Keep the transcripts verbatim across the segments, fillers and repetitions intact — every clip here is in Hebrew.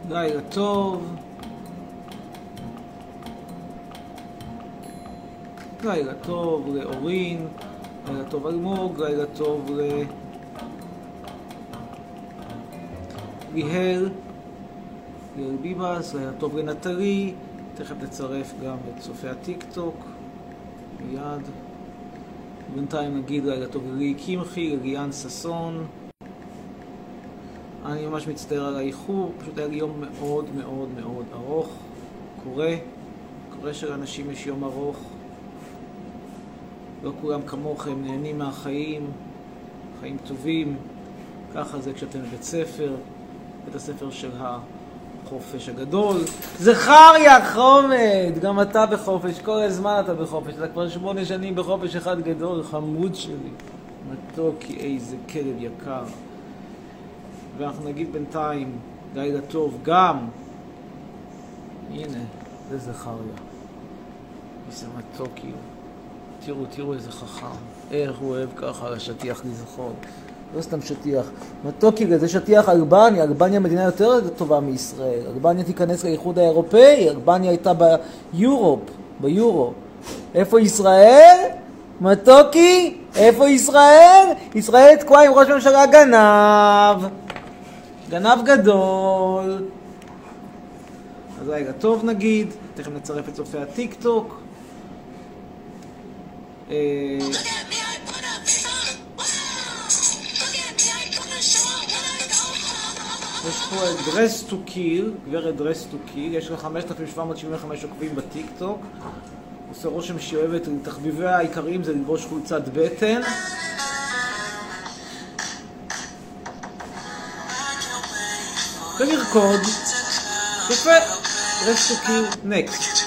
לילה טוב. לילה טוב לאורין, לילה טוב אלמוג, לילה טוב ל... ליהל, ליהל ביבס, לילה טוב לנטלי, תכף נצרף גם את צופי הטיק טוק, מיד. בינתיים נגיד לילה טוב ללי קמחי, לליאן ססון. אני ממש מצטער על האיחור, פשוט היה לי יום מאוד מאוד מאוד ארוך. קורה, קורה שלאנשים יש יום ארוך. לא כולם כמוכם נהנים מהחיים, חיים טובים. ככה זה כשאתם בבית ספר, בית הספר של החופש הגדול. זכריה חומד, גם אתה בחופש, כל הזמן אתה בחופש. אתה כבר שמונה שנים בחופש אחד גדול, חמוד שלי. מתוקי, איזה כלב יקר. ואנחנו נגיד בינתיים, לילה טוב גם. הנה, זה זכריה. איזה מתוקי. תראו, תראו איזה חכם. איך הוא אוהב ככה על השטיח לזכור. לא סתם שטיח. מתוקי, זה שטיח אלבניה. אלבניה מדינה יותר טובה מישראל. אלבניה תיכנס לאיחוד האירופאי. אלבניה הייתה ביורופ, ביורו. איפה ישראל? מתוקי, איפה ישראל? ישראל תקועה עם ראש ממשלה גנב. גנב גדול. אז רגע, טוב נגיד. תכף נצרף את צופי הטיק טוק. יש פה את Dress to Kill, גברת Dress to Kill, יש לה חמשת אלפים שבע מאות שבעים וחמש עוקבים בטיק טוק. עושה רושם שהיא אוהבת, תחביביה העיקריים זה ללבוש חולצת בטן. ולרקוד. יפה, Dress to Kill, next.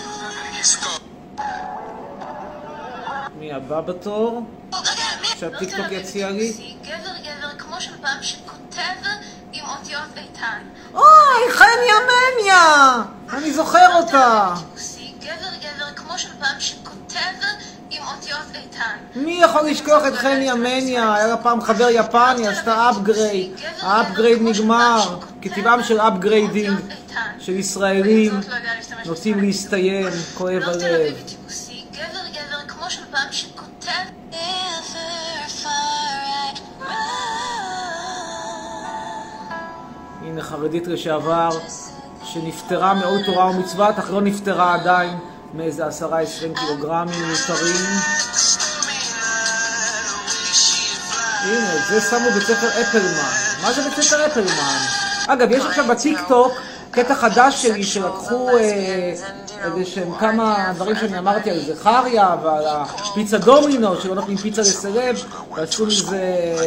מי הבא בתור? שהטיק טוק יציע לי? גבר גבר כמו של פעם שכותב עם אותיות איתן. אוי, חני אמניה! אני זוכר אותה! גבר גבר כמו של פעם שכותב עם אותיות איתן. מי יכול לשכוח את חני אמניה? היה לה פעם חבר יפני, עשתה אפגרייד. האפגרייד נגמר. כטבעם של אפגריידינג של ישראלים נוטים להסתיים, כואב הלב. גבר גבר כמו של פעם שכותב. הנה חרדית לשעבר שנפטרה מעול תורה ומצוות, אך לא נפטרה עדיין מאיזה עשרה עשרים קילוגרמים מיותרים. הנה, זה שמו בית ספר אפלמן. מה זה בית ספר אפלמן? אגב, יש עכשיו בטיק טוק קטע חדש שלי שלקחו אה, איזה שהם כמה דברים שאני אמרתי על זכריה ועל הפיצה דומינו שלא נותנים פיצה לסלב, ועשו מזה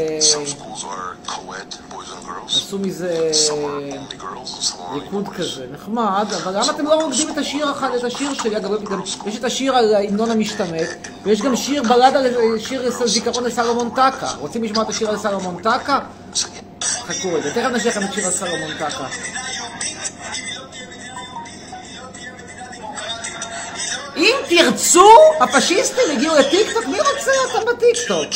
עשו מזה ריקוד כזה נחמד. אבל למה אתם לא רוקדים את השיר את השיר שלי? אגב, גם יש את השיר על המנון המשתמט, ויש גם שיר בלד על שיר זיכרון לסלומון טקה. רוצים לשמוע את השיר על סלומון טקה? חכו רגע, תכף נשאר לכם את שיר על סלומון טקה. אם תרצו, הפשיסטים הגיעו לטיקטוק, מי רוצה אותם בטיקטוק?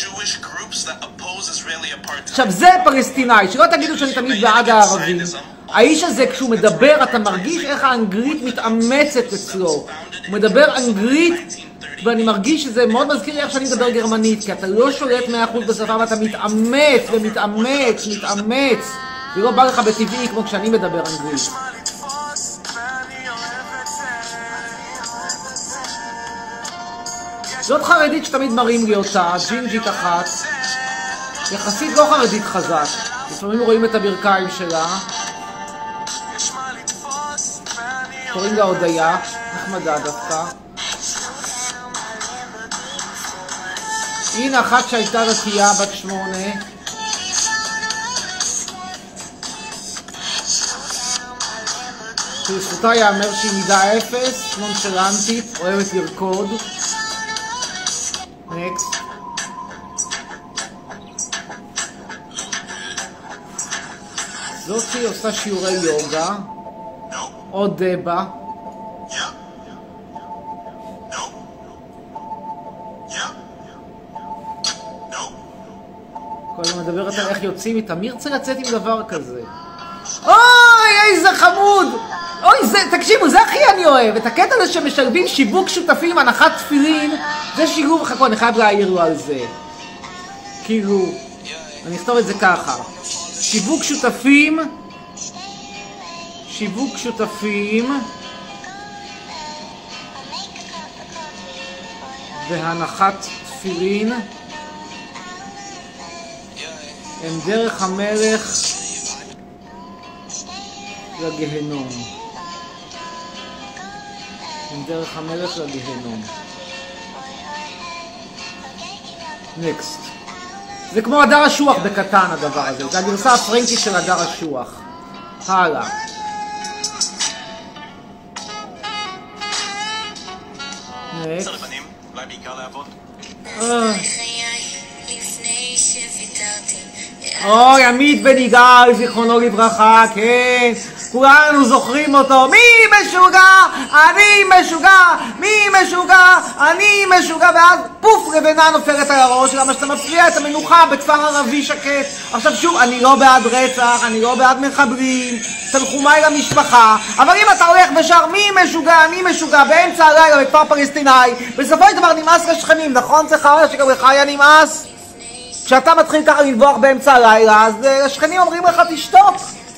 עכשיו זה פלסטינאי, שלא תגידו שאני תמיד בעד הערבים. האיש הזה כשהוא מדבר, אתה מרגיש איך האנגלית מתאמצת אצלו. הוא מדבר אנגלית, ואני מרגיש שזה מאוד מזכיר לי איך שאני מדבר גרמנית, כי אתה לא שולט מאה אחוז בשפה ואתה מתאמץ ומתאמץ, מתאמץ. זה לא בא לך בטבעי כמו כשאני מדבר אנגלית. זאת חרדית שתמיד מראים לי אותה, ג'ינג'ית אחת, יחסית לא חרדית חזק, לפעמים רואים את הברכיים שלה, קוראים לה הודיה, נחמדה דווקא. הנה אחת שהייתה רקייה בת שמונה, שלזכותה יאמר שהיא מידה אפס, נונשלנטית, אוהבת לרקוד. נקסט. זאתי עושה שיעורי יוגה. עוד דבה. כל הזמן מדברת על איך יוצאים איתה. מי ירצה לצאת עם דבר כזה? אוי, איזה זה חמוד! אוי, זה, תקשיבו, זה הכי אני אוהב. את הקטע הזה שמשלבים שיווק שותפים, הנחת תפילין, זה שילוב חכו, אני חייב להעיר לו על זה. כאילו, אני אכתוב את זה ככה. שיווק שותפים, שיווק שותפים, והנחת תפילין, הם דרך המלך לגיהנום. הם דרך המלך לגיהנום. נקסט. זה כמו הדר השוח בקטן הדבר הזה. זה הגרסה הפרנקית של הדר השוח. הלאה. נקסט. אולי בעיקר לעבוד? אוי, עמית בן יגאל, זיכרונו לברכה, כן, כולנו זוכרים אותו. מי משוגע? אני משוגע. מי משוגע? אני משוגע. ואז פוף, לבנה נופלת על הראש, למה שאתה מפריע את המנוחה בכפר ערבי שקט. עכשיו שוב, אני לא בעד רצח, אני לא בעד מחבלים, תנחומיי למשפחה, אבל אם אתה הולך ושר מי משוגע, אני משוגע באמצע הלילה בכפר פלסטיני, בסופו של דבר נמאס לשכנים, נכון? זה חרא שגם לך היה נמאס? כשאתה מתחיל ככה לנבוח באמצע הלילה, אז השכנים אומרים לך תשתוק.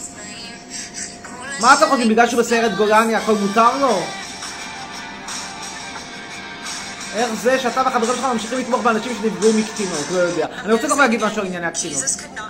מה אתה חושבים? בגלל שהוא בסיירת גולני הכל מותר לו? איך זה שאתה והחברים שלך ממשיכים לתמוך באנשים שנפגעו מקטינות? לא יודע. אני רוצה גם להגיד משהו על ענייני הקטינות.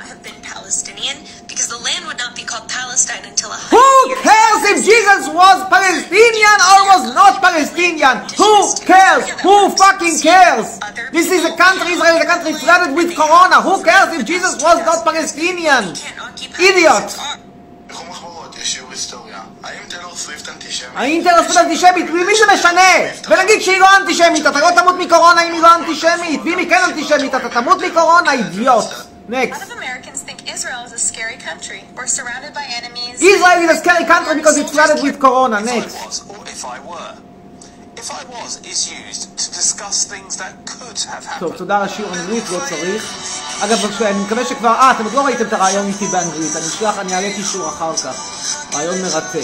Who cares if Jesus was Palestinian or was not Palestinian? Who cares? Who fucking cares? This is a country, Israel is a country flooded with corona. Who cares if Jesus was not Palestinian? Idiot! יש שיעור היסטוריה. האם טיילור סוויפט אנטישמית? האם טיילור סוויפט אנטישמית? למי זה משנה? ונגיד שהיא לא אנטישמית, אתה לא תמות מקורונה אם היא לא אנטישמית. ואם היא כן אנטישמית, אתה תמות מקורונה, אידיוט. Next. Israel is a scary country. We're surrounded by enemies. Israel is a scary country because it's flooded with corona. Next. If I was, or if I were. If I was is used to discuss things that could have happened. טוב, תודה על השיעור אנגלית, לא צריך. אגב, אני מקווה שכבר, אה, אתם עוד לא ראיתם את הרעיון איתי באנגלית. אני אשלח, אני אעלה קישור אחר כך. רעיון מרתק.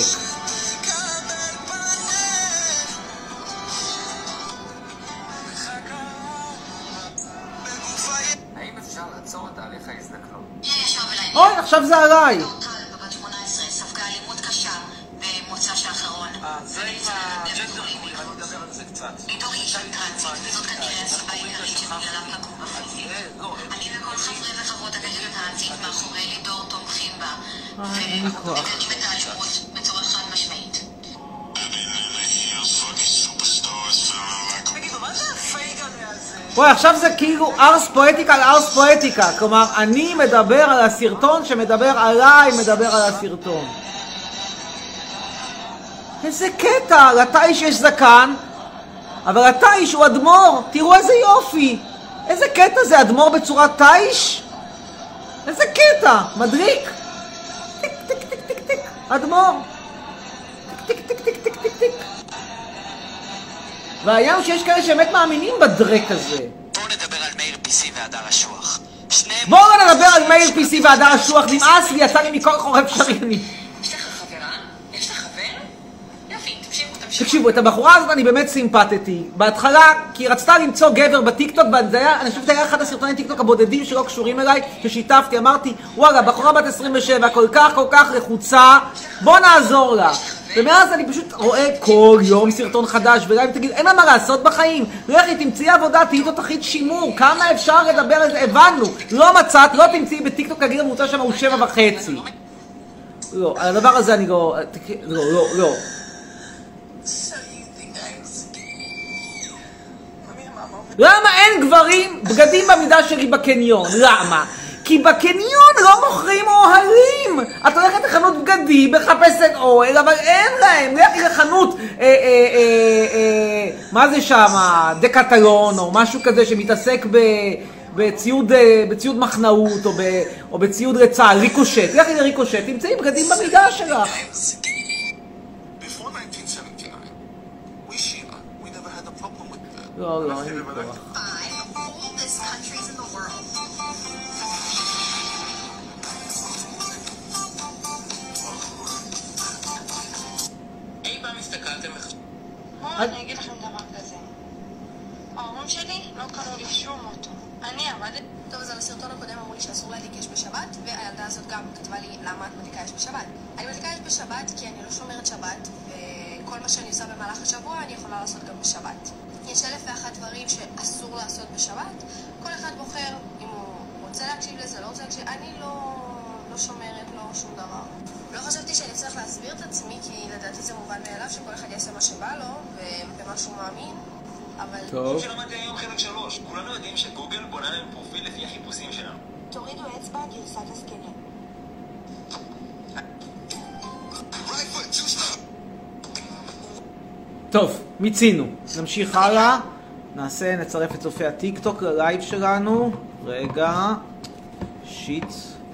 אוי, עכשיו זה עליי. בת שמונה עשרה ספגה אלימות קשה במוצא שאחרון. זה עם הג'נדר, אני מדבר על זה קצת. לידור היא אישה טרנסית, וזאת כנראה הסיבה העיקרית שבגללה פגעו בפיזית. אני וכל חברי וחברות הקשת הטרנסית מאחורי לידור תומכים בה. ומגנים את האלימות בצורה חד משמעית. וואי, עכשיו זה כאילו ארס פואטיקה על ארס פואטיקה. כלומר, אני מדבר על הסרטון שמדבר עליי, מדבר על הסרטון. איזה קטע, לתאיש יש זקן, אבל לתאיש הוא אדמו"ר. תראו איזה יופי. איזה קטע זה, אדמו"ר בצורת תאיש? איזה קטע, מדליק. טיק טיק טיק טיק טיק, אדמו"ר. טיק טיק טיק טיק טיק טיק. והעניין שיש כאלה שבאמת מאמינים בדרק הזה. בואו נדבר על מאיר פי סי והדר השוח. בואו נדבר על מאיר פי סי והדר השוח. נמאס לי, יצא לי מכל חורף שריוני. יש לך חברה? יש לך חבר? יופי, תקשיבו, תמשיכו. תקשיבו, את הבחורה הזאת אני באמת סימפטתי. בהתחלה, כי היא רצתה למצוא גבר בטיקטוק, ואני חושב שזה היה אחד הסרטוני טיקטוק הבודדים שלא קשורים אליי, ששיתפתי, אמרתי, וואלה, בחורה בת עשרים ושבע, כל כך כל כך לחוצה, בוא נעזור לה. ומאז אני פשוט רואה כל יום סרטון חדש, וגם תגיד, אין לה מה לעשות בחיים, לכי תמצאי עבודה, תהיי תותחית שימור, כמה אפשר לדבר על זה, הבנו, לא מצאת, לא תמצאי בטיקטוק, הגיל הממוצע שם הוא שבע וחצי. לא, על הדבר הזה אני לא, לא, לא, לא. למה אין גברים בגדים במידה שלי בקניון? למה? כי בקניון לא מוכרים אוהלים. את הולכת לחנות בגדים, מחפשת אוהל, אבל אין להם. לכי לחנות, אה, אה, אה, אה, מה זה שם? דקטלון או משהו כזה שמתעסק ב... בציוד, בציוד מחנאות או, ב, או בציוד לצהל, ריקושט. לכי לריקושט, תמצאי בגדים במידה שלך. לא, לא, אין לי כוח. אני אגיד לכם דבר כזה. ההורים שלי לא קנו לי שום אוטו. אני עבדתי... טוב, אז על הסרטון הקודם אמרו לי שאסור להדליק אש בשבת, והילדה הזאת גם כתבה לי למה את מדליקה אש בשבת. אני מדליקה אש בשבת כי אני לא שומרת שבת, וכל מה שאני עושה במהלך השבוע אני יכולה לעשות גם בשבת. יש אלף ואחת דברים שאסור לעשות בשבת, כל אחד בוחר אם הוא רוצה להקשיב לזה, לא רוצה להקשיב, אני לא, לא שומרת, לא שום דבר. לא חשבתי שאני צריך להסביר את עצמי, כי לדעתי זה מובן מאליו שכל אחד יעשה מה שבא לו, ובמה שהוא מאמין, אבל... טוב. שלמדתי היום חלק שלוש, כולנו יודעים שגוגל בונה להם פרופיל לפי החיפושים שלנו. תורידו אצבע גרסת הזקנים. טוב, מיצינו. נמשיך הלאה. נעשה, נצרף את צופי הטיק טוק ללייב שלנו. רגע. שיט.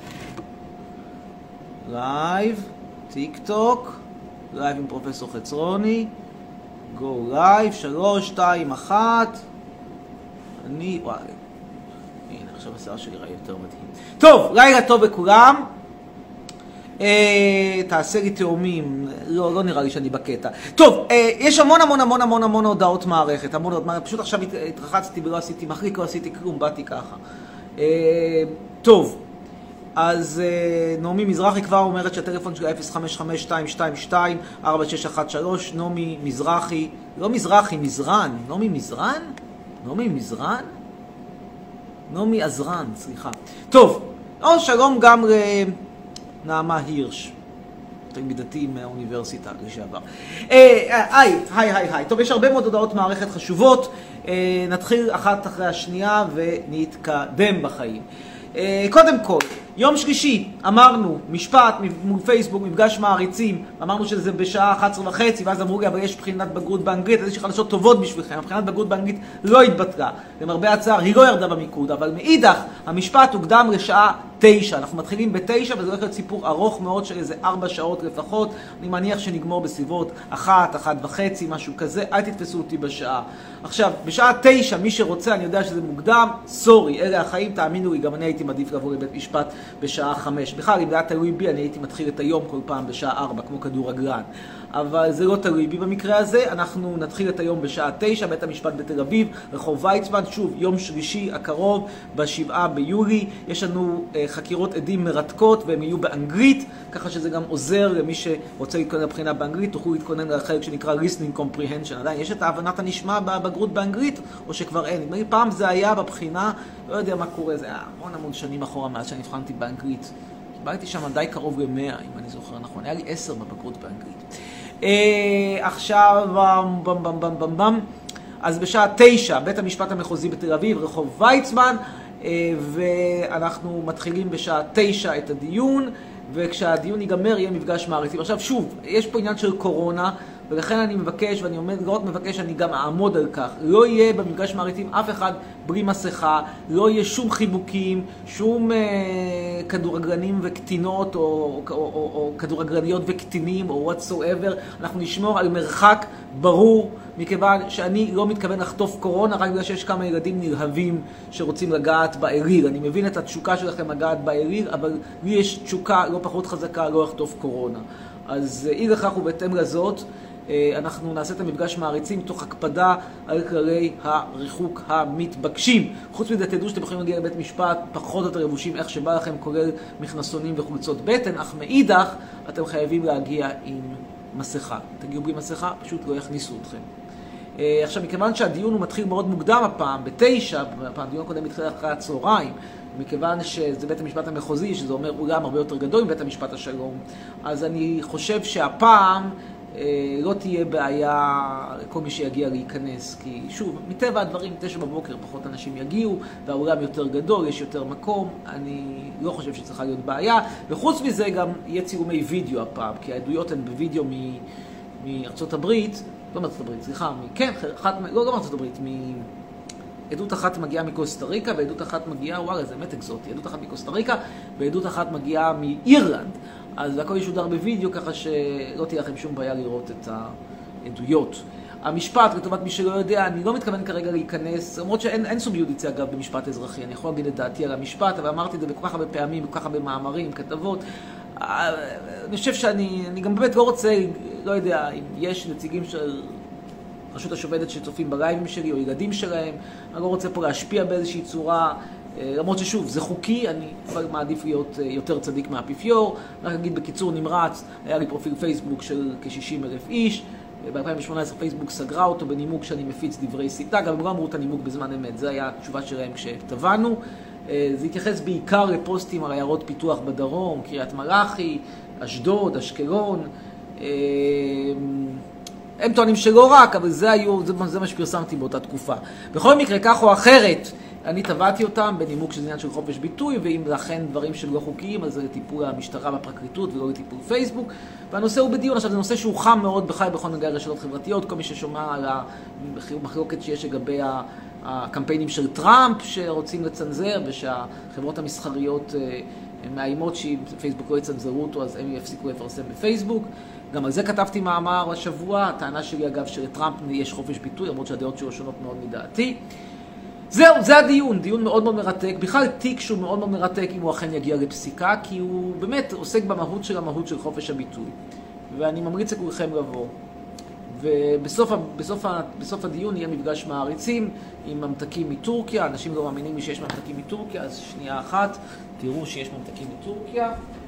לייב. טיק טוק. לייב עם פרופסור חצרוני. גו לייב. שלוש, שתיים, אחת. אני... וואי. הנה, עכשיו השיער שלי ראה יותר מדהים. טוב, לילה טוב לכולם. אה, תעשה לי תאומים, לא, לא נראה לי שאני בקטע. טוב, אה, יש המון המון המון המון המון הודעות מערכת, המון הודעות מערכת, פשוט עכשיו התרחצתי ולא עשיתי מחליק, לא עשיתי כלום, באתי ככה. אה, טוב, אז אה, נעמי מזרחי כבר אומרת שהטלפון שלה אפס חמש חמש שתיים שתיים שתיים ארבע שש אחת שלוש, נעמי מזרחי, לא מזרחי, מזרן, נעמי מזרן? נעמי מזרן? נעמי עזרן, סליחה. טוב, או שלום גם ל... נעמה הירש, תלמידתי מהאוניברסיטה לשעבר. היי, היי, היי, היי. טוב, יש הרבה מאוד הודעות מערכת חשובות. נתחיל אחת אחרי השנייה ונתקדם בחיים. קודם כל, יום שלישי, אמרנו, משפט מול פייסבוק, מפגש מעריצים, אמרנו שזה בשעה אחת עשרה וחצי, ואז אמרו לי, אבל יש בחינת בגרות באנגלית, אז יש חדשות טובות בשבילכם, הבחינת בגרות באנגלית לא התבטלה, למרבה הצער, היא לא ירדה במיקוד, אבל מאידך, המשפט הוקדם לשעה תשע, אנחנו מתחילים בתשע, וזה הולך להיות סיפור ארוך מאוד של איזה ארבע שעות לפחות, אני מניח שנגמור בסביבות אחת, אחת וחצי, משהו כזה, אל תתפסו אותי בשעה. עכשיו, בשעה תשע, מי שרוצה, אני יודע שזה מוקדם, סורי, אלה החיים, תאמינו לי, גם אני הייתי מעדיף לבוא לבית משפט בשעה חמש. בכלל, אם זה היה תלוי בי, אני הייתי מתחיל את היום כל פעם בשעה ארבע, כמו כדורגלן. אבל זה לא תלוי בי במקרה הזה, אנחנו נתחיל את היום בשעה תשע, בית המשפט בתל אביב, רחוב ויצמן, שוב, יום שלישי הקרוב, בשבעה ביולי, יש לנו uh, חקירות עדים מרתקות, והם יהיו באנגלית, ככה שזה גם עוזר למי שרוצה להתכונן לבחינה באנגלית, תוכלו להתכונן לחלק שנקרא listening comprehension, עדיין יש את ההבנת הנשמע בבגרות באנגלית, או שכבר אין, נדמה לי פעם זה היה בבחינה, לא יודע מה קורה, זה היה המון המון שנים אחורה מאז שאני הבחנתי באנגלית, קיבלתי שם די קרוב ל-מאה, אם אני זוכר נכון, היה לי עשר בבגרות באנגלית. אה, עכשיו, במ במ במ במ במ, אז בשעה תשע, בית המשפט המחוזי בתל אביב, רחוב ויצמן, אה, ואנחנו מתחילים בשעה תשע את הדיון, וכשהדיון ייגמר יהיה מפגש מעריצים. עכשיו שוב, יש פה עניין של קורונה, ולכן אני מבקש, ואני עומד, לא רק מבקש, אני גם אעמוד על כך. לא יהיה במפגש מעריצים אף אחד בלי מסכה, לא יהיה שום חיבוקים, שום אה, כדורגלנים וקטינות, או, או, או, או, או כדורגלניות וקטינים, או whatsoever. אנחנו נשמור על מרחק ברור, מכיוון שאני לא מתכוון לחטוף קורונה, רק בגלל שיש כמה ילדים נלהבים שרוצים לגעת באליל. אני מבין את התשוקה שלכם לגעת באליל, אבל לי יש תשוקה לא פחות חזקה לא לחטוף קורונה. אז אי לכך ובהתאם לזאת, אנחנו נעשה את המפגש מעריצים תוך הקפדה על כללי הריחוק המתבקשים. חוץ מזה תדעו שאתם יכולים להגיע לבית משפט פחות או יותר לבושים איך שבא לכם, כולל מכנסונים וחולצות בטן, אך מאידך אתם חייבים להגיע עם מסכה. תגיעו בלי מסכה, פשוט לא יכניסו אתכם. עכשיו, מכיוון שהדיון הוא מתחיל מאוד מוקדם הפעם, בתשע, הפעם הדיון הקודם מתחיל אחרי הצהריים, מכיוון שזה בית המשפט המחוזי, שזה אומר אולם הרבה יותר גדול מבית המשפט השלום, אז אני חושב שהפעם אה, לא תהיה בעיה לכל מי שיגיע להיכנס, כי שוב, מטבע הדברים, תשע בבוקר פחות אנשים יגיעו, והאולם יותר גדול, יש יותר מקום, אני לא חושב שצריכה להיות בעיה, וחוץ מזה גם יהיה צילומי וידאו הפעם, כי העדויות הן בווידאו מארצות הברית, לא מארצות הברית, סליחה, כן, אחת, לא, לא מארצות הברית, מ... עדות אחת מגיעה מקוסטה ריקה, ועדות אחת מגיעה, וואלה, זה באמת אקזוטי, עדות אחת מקוסטה ריקה, ועדות אחת מגיעה מאירלנד. אז הכל ישודר בווידאו, ככה שלא תהיה לכם שום בעיה לראות את העדויות. המשפט, לטובת מי שלא יודע, אני לא מתכוון כרגע להיכנס, למרות שאין אין סוביודיציה אגב במשפט אזרחי, אני יכול להגיד את דעתי על המשפט, אבל אמרתי את זה בכל כך הרבה פעמים, בכל כך הרבה מאמרים, כתבות. אני חושב שאני אני גם באמת לא רוצה, לא יודע, אם יש נציגים של רשות השופטת שצופים בלייבים שלי או ילדים שלהם, אני לא רוצה פה להשפיע באיזושהי צורה, למרות ששוב, זה חוקי, אני כבר מעדיף להיות יותר צדיק מהאפיפיור. רק אגיד בקיצור נמרץ, היה לי פרופיל פייסבוק של כ-שישים אלף איש, ב-אלפיים ושמונה עשרה פייסבוק סגרה אותו בנימוק שאני מפיץ דברי סיטה, גם לא אמרו את הנימוק בזמן אמת, זה היה התשובה שלהם כשטבענו. זה התייחס בעיקר לפוסטים על עיירות פיתוח בדרום, קריית מלאכי, אשדוד, אשקלון. הם טוענים שלא רק, אבל זה, היו, זה, זה מה שפרסמתי באותה תקופה. בכל מקרה, כך או אחרת, אני טבעתי אותם בנימוק של עניין של חופש ביטוי, ואם לכן דברים שלא חוקיים, אז זה לטיפול המשטרה והפרקליטות ולא לטיפול פייסבוק. והנושא הוא בדיון. עכשיו, זה נושא שהוא חם מאוד בכלל בכל נוגע לרשתות חברתיות. כל מי ששומע על המחלוקת שיש לגבי הקמפיינים של טראמפ שרוצים לצנזר, ושהחברות המסחריות מאיימות שפייסבוק לא יצנזרו אותו, אז הם יפסיקו לפרסם בפייסבוק. גם על זה כתבתי מאמר השבוע. הטענה שלי אגב שלטראמפ יש חופש ביטוי, למרות שהדעות שלו שונות מאוד מדעתי. זהו, זה הדיון, דיון מאוד מאוד מרתק, בכלל תיק שהוא מאוד מאוד מרתק אם הוא אכן יגיע לפסיקה, כי הוא באמת עוסק במהות של המהות של חופש הביטוי. ואני ממליץ לכולכם לבוא. ובסוף בסוף, בסוף הדיון יהיה מפגש מעריצים עם ממתקים מטורקיה, אנשים לא מאמינים לי שיש ממתקים מטורקיה, אז שנייה אחת, תראו שיש ממתקים מטורקיה.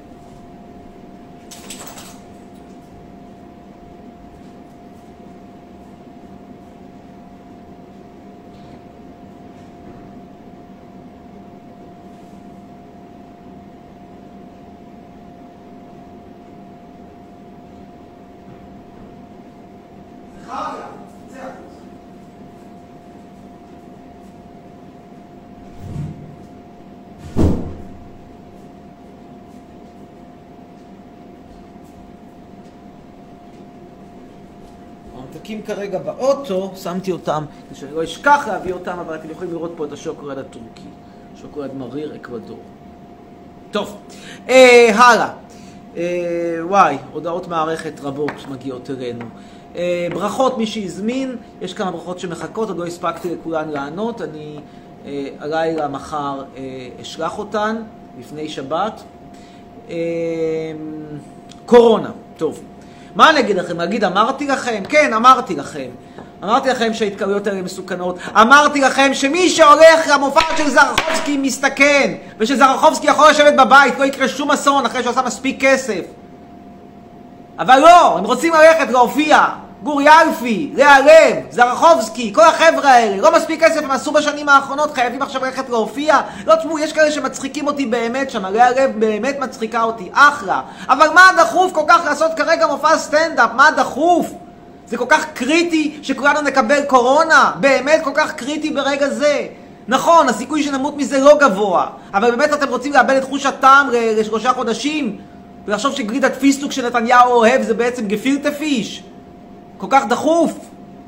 הממתקים כרגע באוטו, שמתי אותם, שאני לא אשכח להביא אותם, אבל אתם יכולים לראות פה את השוקולד הטורקי. שוקולד מריר אקוודור. טוב, אה, הלאה. אה, וואי, הודעות מערכת רבות מגיעות אלינו. אה, ברכות, מי שהזמין, יש כמה ברכות שמחכות, עוד לא הספקתי לכולן לענות, אני אה, הלילה מחר אה, אשלח אותן, לפני שבת. אה, קורונה, טוב. מה אני אגיד לכם? אגיד, אמרתי לכם? כן, אמרתי לכם. אמרתי לכם שההתקריות האלה מסוכנות. אמרתי לכם שמי שהולך למופע של זרחובסקי מסתכן, ושזרחובסקי יכול לשבת בבית, לא יקרה שום אסון אחרי שהוא עשה מספיק כסף. אבל לא, הם רוצים ללכת להופיע. גור ילפי, לאה לב, זרחובסקי, כל החבר'ה האלה, לא מספיק כסף הם עשו בשנים האחרונות, חייבים עכשיו ללכת להופיע. לא תשמעו, יש כאלה שמצחיקים אותי באמת שם, לאה לב באמת מצחיקה אותי, אחלה. אבל מה דחוף כל כך לעשות כרגע מופע סטנדאפ? מה דחוף? זה כל כך קריטי שכולנו נקבל קורונה? באמת כל כך קריטי ברגע זה? נכון, הסיכוי שנמות מזה לא גבוה, אבל באמת אתם רוצים לאבד את חוש הטעם לשלושה חודשים? ולחשוב שגלידת פיסטוק שנתניהו אוהב זה בעצם גפילטה פיש? כל כך דחוף.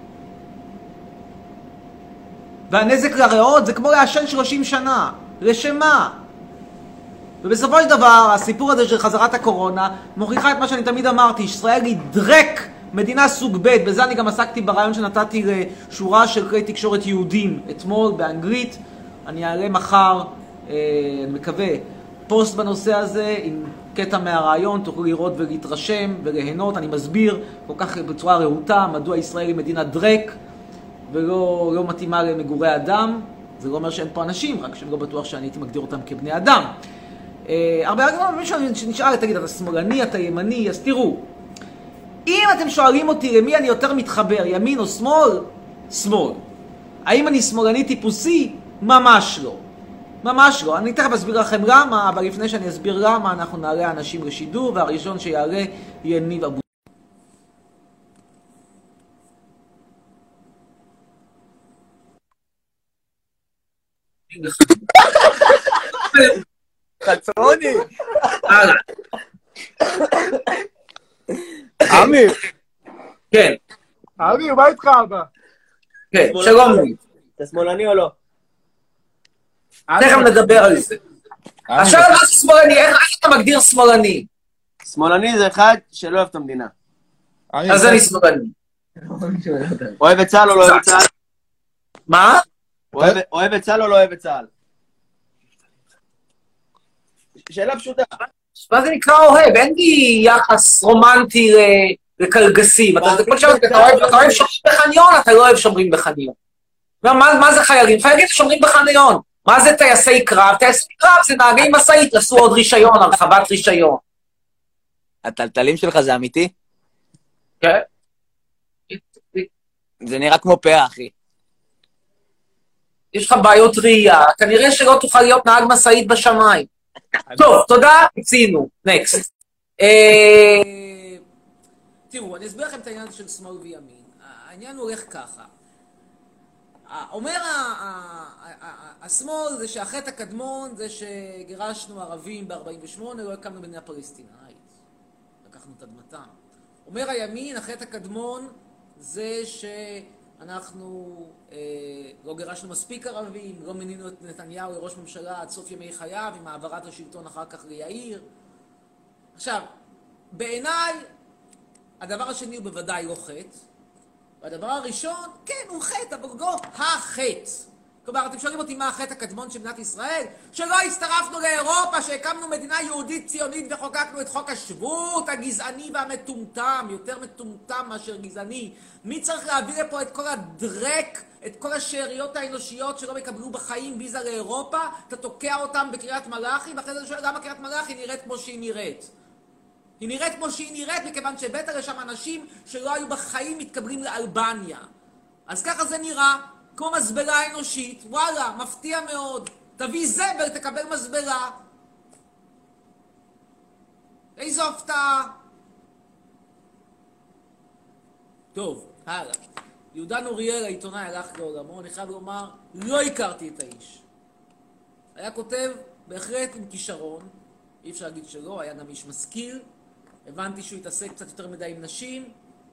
והנזק לריאות זה כמו לעשן שלושים שנה. לשמה. ובסופו של דבר, הסיפור הזה של חזרת הקורונה מוכיחה את מה שאני תמיד אמרתי, ישראל היא דרק מדינה סוג ב', בזה אני גם עסקתי ברעיון שנתתי לשורה של כלי תקשורת יהודים אתמול באנגלית. אני אעלה מחר, אה, אני מקווה, פוסט בנושא הזה עם קטע מהרעיון, תוכלו לראות ולהתרשם וליהנות. אני מסביר כל כך בצורה רהוטה מדוע ישראל היא מדינה דרק ולא לא מתאימה למגורי אדם. זה לא אומר שאין פה אנשים, רק שאני לא בטוח שאני הייתי מגדיר אותם כבני אדם. אה, הרבה הרבה שנשאל, תגיד, אתה שמאלני, אתה ימני, אז תראו. אם אתם שואלים אותי למי אני יותר מתחבר, ימין או שמאל, שמאל. האם אני שמאלני טיפוסי? ממש לא. ממש לא. אני תכף אסביר לכם למה, אבל לפני שאני אסביר למה, אנחנו נעלה אנשים לשידור, והראשון שיעלה יהיה ניב אבו. חצרוני! הלאה. אמיר! כן. אמיר, מה איתך אבא? כן, שלום ניב. אתה שמאלני או לא? תכף נדבר על זה. עכשיו מה זה שמאלני? איך אתה מגדיר שמאלני? שמאלני זה אחד שלא אוהב את המדינה. אז אני שמאלני. אוהב את צה"ל או לא אוהב את צה"ל? מה? אוהב את צה"ל או לא אוהב את צה"ל? שאלה פשוטה. מה זה נקרא אוהב? אין לי יחס רומנטי לקלגסים. אתה אוהב שומרים בחניון, אתה לא אוהב שומרים בחניון. מה זה חיילים? חיילים שומרים בחניון. מה זה טייסי קרב? טייסי קרב זה נהגי משאית, עשו עוד רישיון, הרחבת רישיון. הטלטלים שלך זה אמיתי? כן. זה נראה כמו פאה, אחי. יש לך בעיות ראייה, כנראה שלא תוכל להיות נהג משאית בשמיים. טוב, תודה, הצינו. נקסט. תראו, אני אסביר לכם את העניין של שמאל וימין. העניין הולך ככה. אומר השמאל זה שהחטא הקדמון זה שגירשנו ערבים ב-ארבעים ושמונה, לא הקמנו מדינה פלסטינאית. לקחנו את אדמתם. אומר הימין, החטא הקדמון זה שאנחנו אה, לא גירשנו מספיק ערבים, לא מינינו את נתניהו לראש ממשלה עד סוף ימי חייו, עם העברת השלטון אחר כך ליאיר. עכשיו, בעיניי, הדבר השני הוא בוודאי לא חטא. והדבר הראשון, כן, הוא חטא, אבל לא החטא. כלומר, אתם שואלים אותי מה החטא הקדמון של מדינת ישראל? שלא הצטרפנו לאירופה, שהקמנו מדינה יהודית ציונית וחוקקנו את חוק השבות הגזעני והמטומטם, יותר מטומטם מאשר גזעני. מי צריך להביא לפה את כל הדרק, את כל השאריות האנושיות שלא מקבלו בחיים ויזה לאירופה? אתה תוקע אותם בקריית מלאכי, ואחרי זה שואל למה קריית מלאכי נראית כמו שהיא נראית. היא נראית כמו שהיא נראית, מכיוון שבטח יש שם אנשים שלא היו בחיים מתקבלים לאלבניה. אז ככה זה נראה, כמו מסברה אנושית, וואלה, מפתיע מאוד. תביא זבל, תקבל מסברה. איזו הפתעה. טוב, הלאה. יהודה נוריאל, העיתונאי, הלך לעולמו, אני חייב לומר, לא הכרתי את האיש. היה כותב, בהחלט עם כישרון, אי אפשר להגיד שלא, היה גם איש משכיל, הבנתי שהוא התעסק קצת יותר מדי עם נשים,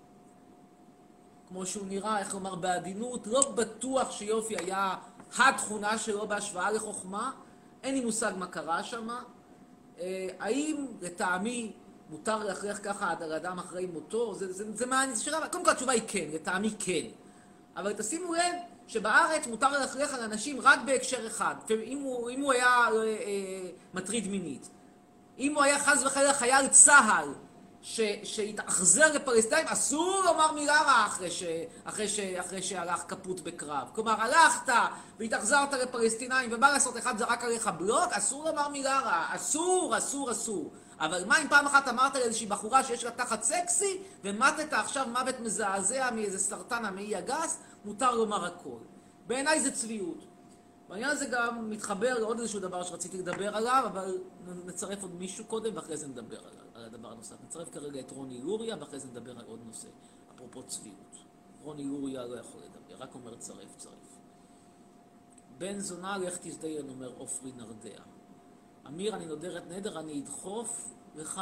כמו שהוא נראה, איך לומר, בעדינות, לא בטוח שיופי היה התכונה שלו בהשוואה לחוכמה, אין לי מושג מה קרה שם. אה, האם לטעמי מותר להכריח ככה על אדם אחרי מותו? זה, זה, זה מה, זה שאלה, קודם כל התשובה היא כן, לטעמי כן. אבל תשימו לב שבארץ מותר להכריח על אנשים רק בהקשר אחד, אם הוא, אם הוא היה אה, אה, מטריד מינית. אם הוא היה חס וחלילה חייל צה"ל שהתאכזר לפלסטינאים, אסור לומר מילה רעה אחרי, ש, אחרי, ש, אחרי שהלך כפות בקרב. כלומר, הלכת והתאכזרת לפלסטינאים, ומה לעשות, אחד זרק עליך בלוק, אסור לומר מילה רעה. אסור, אסור, אסור. אבל מה אם פעם אחת אמרת לאיזושהי בחורה שיש לה תחת סקסי, ומתת עכשיו מוות מזעזע מאיזה סרטן המעי הגס, מותר לומר הכל. בעיניי זה צביעות. בעניין הזה גם מתחבר לעוד איזשהו דבר שרציתי לדבר עליו, אבל נצרף עוד מישהו קודם, ואחרי זה נדבר על, על הדבר הנוסף. נצרף כרגע את רוני לוריה, ואחרי זה נדבר על עוד נושא, אפרופו צביעות. רוני לוריה לא יכול לדבר, רק אומר צרף, צרף. בן זונה, לך תזדיין, אומר אופרי נרדע. אמיר, אני נודרת נדר, אני אדחוף לך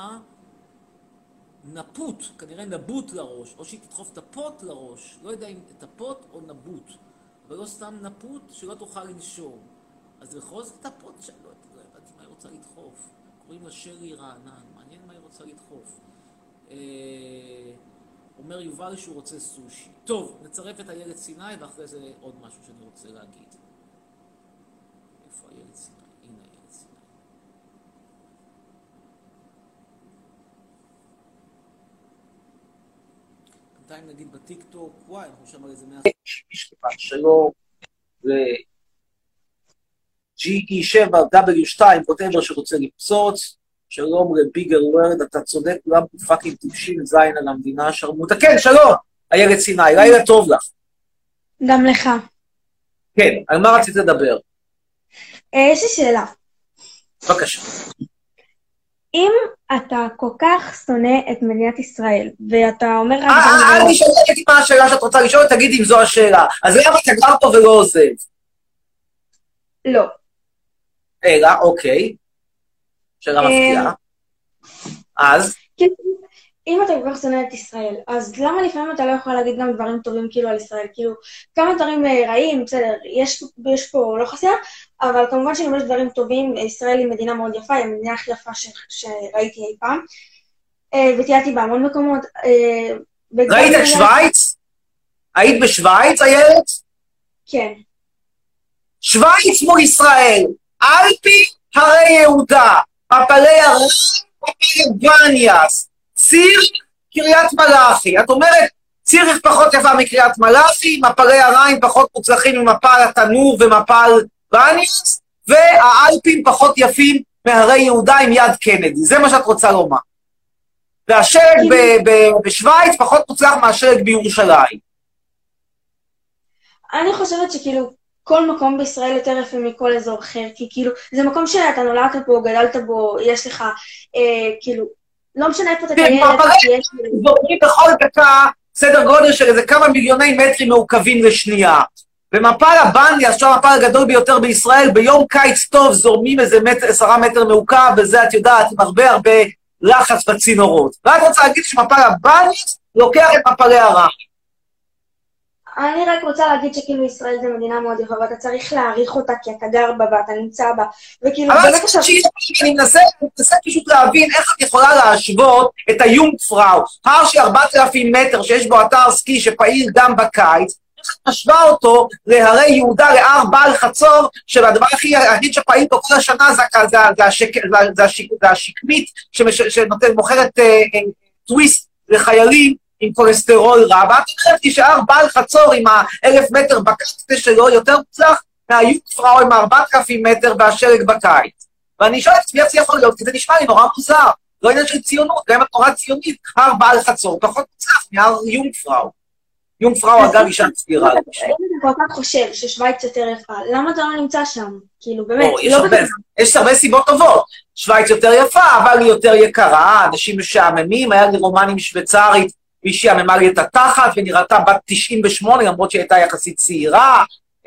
נפוט, כנראה נבוט לראש, או שהיא תדחוף את הפוט לראש, לא יודע אם את הפוט או נבוט. אבל לא סתם נפוט שלא תוכל לנשום. אז בכל זאת הפוט שלא, לא הבנתי מה היא רוצה לדחוף. קוראים לה שרי רענן, מעניין מה היא רוצה לדחוף. אה, אומר יובל שהוא רוצה סושי. טוב, נצרף את הילד סיני, ואחרי זה עוד משהו שאני רוצה להגיד. איפה הילד סיני? הנה הילד סיני. בינתיים נגיד בטיק-טוק, וואי, אנחנו שם על איזה מאה... שלום, זה ג'י אי שבע דאבליו שתיים, כותב שרוצה לפצוץ, שלום לביגר וורד, אתה צודק, כולם פאקינג טיפשים זין על המדינה שרמוטה. כן, שלום, הילד סיני, לילה טוב לך. גם לך. כן, על מה רצית לדבר? יש לי שאלה. בבקשה. אם אתה כל כך שונא את מדינת ישראל, ואתה אומר... אל תשאל אותי מה השאלה שאת רוצה לשאול, תגידי אם זו השאלה. אז למה אתה גר פה ולא עוזב? לא. אלא, אוקיי. שאלה מפתיעה. אז? אם אתה כל כך שונא את ישראל, אז למה לפעמים אתה לא יכול להגיד גם דברים טובים כאילו על ישראל? כאילו, כמה דברים רעים, בסדר, יש, יש פה לא חסר, אבל כמובן שגם יש דברים טובים, ישראל היא מדינה מאוד יפה, היא המדינה הכי יפה ש, שראיתי אי פעם, וטיילתי בהמון מקומות. ראית את שוויץ? היית בשוויץ, איילת? כן. שוויץ מול ישראל, אלפי הרי יהודה, מפלי הרי בניאס, ציר קריית מלאכי, את אומרת, ציריך פחות יפה מקריית מלאכי, מפלי הריין פחות מוצלחים ממפל התנור ומפל בניאס, והאלפים פחות יפים מהרי יהודה עם יד קנדי, זה מה שאת רוצה לומר. והשלג בשוויץ פחות מוצלח מהשלג בירושלים. אני חושבת שכאילו כל מקום בישראל יותר יפה מכל אזור אחר, כי כאילו זה מקום שאתה נולדת בו, גדלת בו, יש לך אה, כאילו, לא משנה איפה אתה תהיה, יש... זורמים בכל דקה סדר גודל של איזה כמה מיליוני מטרים מעוקבים לשנייה. ומפל הבניאס, שהוא המפל הגדול ביותר בישראל, ביום קיץ טוב זורמים איזה מטר, עשרה מטר מעוקב, וזה את יודעת, עם הרבה הרבה לחץ בצינורות. ואת רוצה להגיד שמפל הבניאס לוקח את מפלי הרע. אני רק רוצה להגיד שכאילו ישראל זה מדינה מאוד יפה, ואתה צריך להעריך אותה כי אתה גר בה ואתה נמצא בה, וכאילו... אבל אני מנסה פשוט להבין איך את יכולה להשוות את היונגפראו, הר של ארבעת אלפים מטר שיש בו אתר סקי שפעיל גם בקיץ, איך את משווה אותו להרי יהודה, להר בעל חצור, שהדבר הכי היחיד שפעיל פה כל השנה זה השקמית שמוכרת טוויסט לחיילים, עם קולסטרול רע, ואת אומרת לי שהר בעל חצור עם האלף מטר בקצה שלו יותר מוצלח מהיונגפראו עם ארבעת אלפים מטר והשלג בקיץ. ואני שואל את עצמי איך זה יכול להיות, כי זה נשמע לי נורא מוזר, לא עניין של ציונות, גם אם את נורא ציונית, הר בעל חצור פחות מוצלח מהר יונגפראו. יונגפראו אגב אישה סבירה. אם אתה כל כך חושב ששוויץ יותר יפה, למה אתה לא נמצא שם? כאילו באמת, לא בטח. יש הרבה סיבות טובות. שוויץ יותר יפה, אבל היא יותר יקרה, אנשים משעממים, היה לי רומן עם שוויצרית, מישהי הממה לי את התחת, ונראתה בת תשעים ושמונה, למרות שהיא הייתה יחסית צעירה.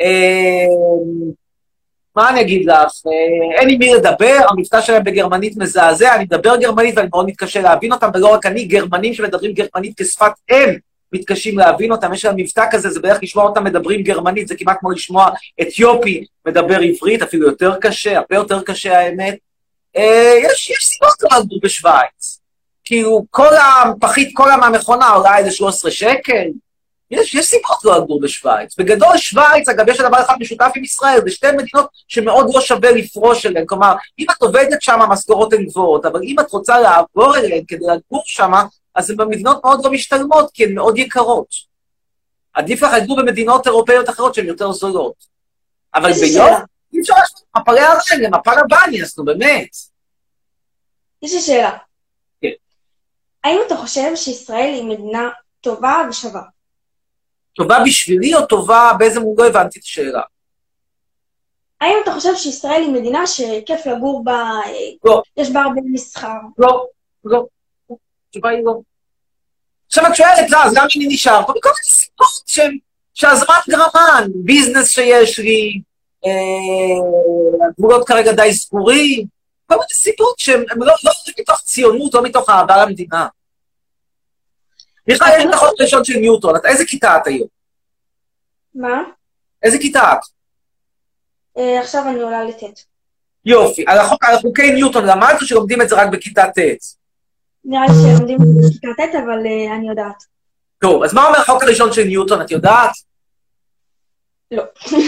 מה אני אגיד לך? אין לי מי לדבר, המבטא שלהם בגרמנית מזעזע, אני מדבר גרמנית ואני מאוד מתקשה להבין אותם, ולא רק אני, גרמנים שמדברים גרמנית כשפת אם, מתקשים להבין אותם, יש להם מבטא כזה, זה בערך לשמוע אותם מדברים גרמנית, זה כמעט כמו לשמוע אתיופי מדבר עברית, אפילו יותר קשה, הרבה יותר קשה האמת. יש, יש סיבות לא עבדו בשוויץ. כאילו, כל הפחית, כל המכונה עולה איזה שלושה עשר שקל. יש, יש סיבות לא עבדו בשוויץ. בגדול, שוויץ, אגב, יש דבר אחד משותף עם ישראל, זה שתי מדינות שמאוד לא שווה לפרוש אליהן. כלומר, אם את עובדת שם, המשכורות הן גבוהות, אבל אם את רוצה לעבור אליהן כדי לגור שם, אז הן במדינות מאוד לא משתלמות, כי הן מאוד יקרות. עדיף לך לגור במדינות אירופאיות אחרות שהן יותר זולות. אבל ביום, אי אפשר להשוות מפלי הריין למפל הבניאס, נו באמת. יש לי שאלה. כן. האם אתה חושב שישראל היא מדינה טובה ושווה? טובה בשבילי או טובה באיזה מובן? לא הבנתי את השאלה. האם אתה חושב שישראל היא מדינה שכיף לגור בה, לא. יש בה הרבה מסחר? לא, לא. תשובה היא לא. עכשיו את שואלת, אז גם אני נשאר פה, בכל מיני סיבות שהזמן גרמן, ביזנס שיש לי, הגבולות כרגע די סגורים, כל מיני סיבות שהן לא מתוך ציונות, לא מתוך אהבה למדינה. בכלל יש את החוק הראשון של ניוטון, איזה כיתה את היום? מה? איזה כיתה את? עכשיו אני עולה לט'. יופי, על החוקי ניוטון למדת או שלומדים את זה רק בכיתה ט'? נראה לי שלומדים בכיתה ט', אבל אני יודעת. טוב, אז מה אומר החוק הראשון של ניוטון, את יודעת? לא.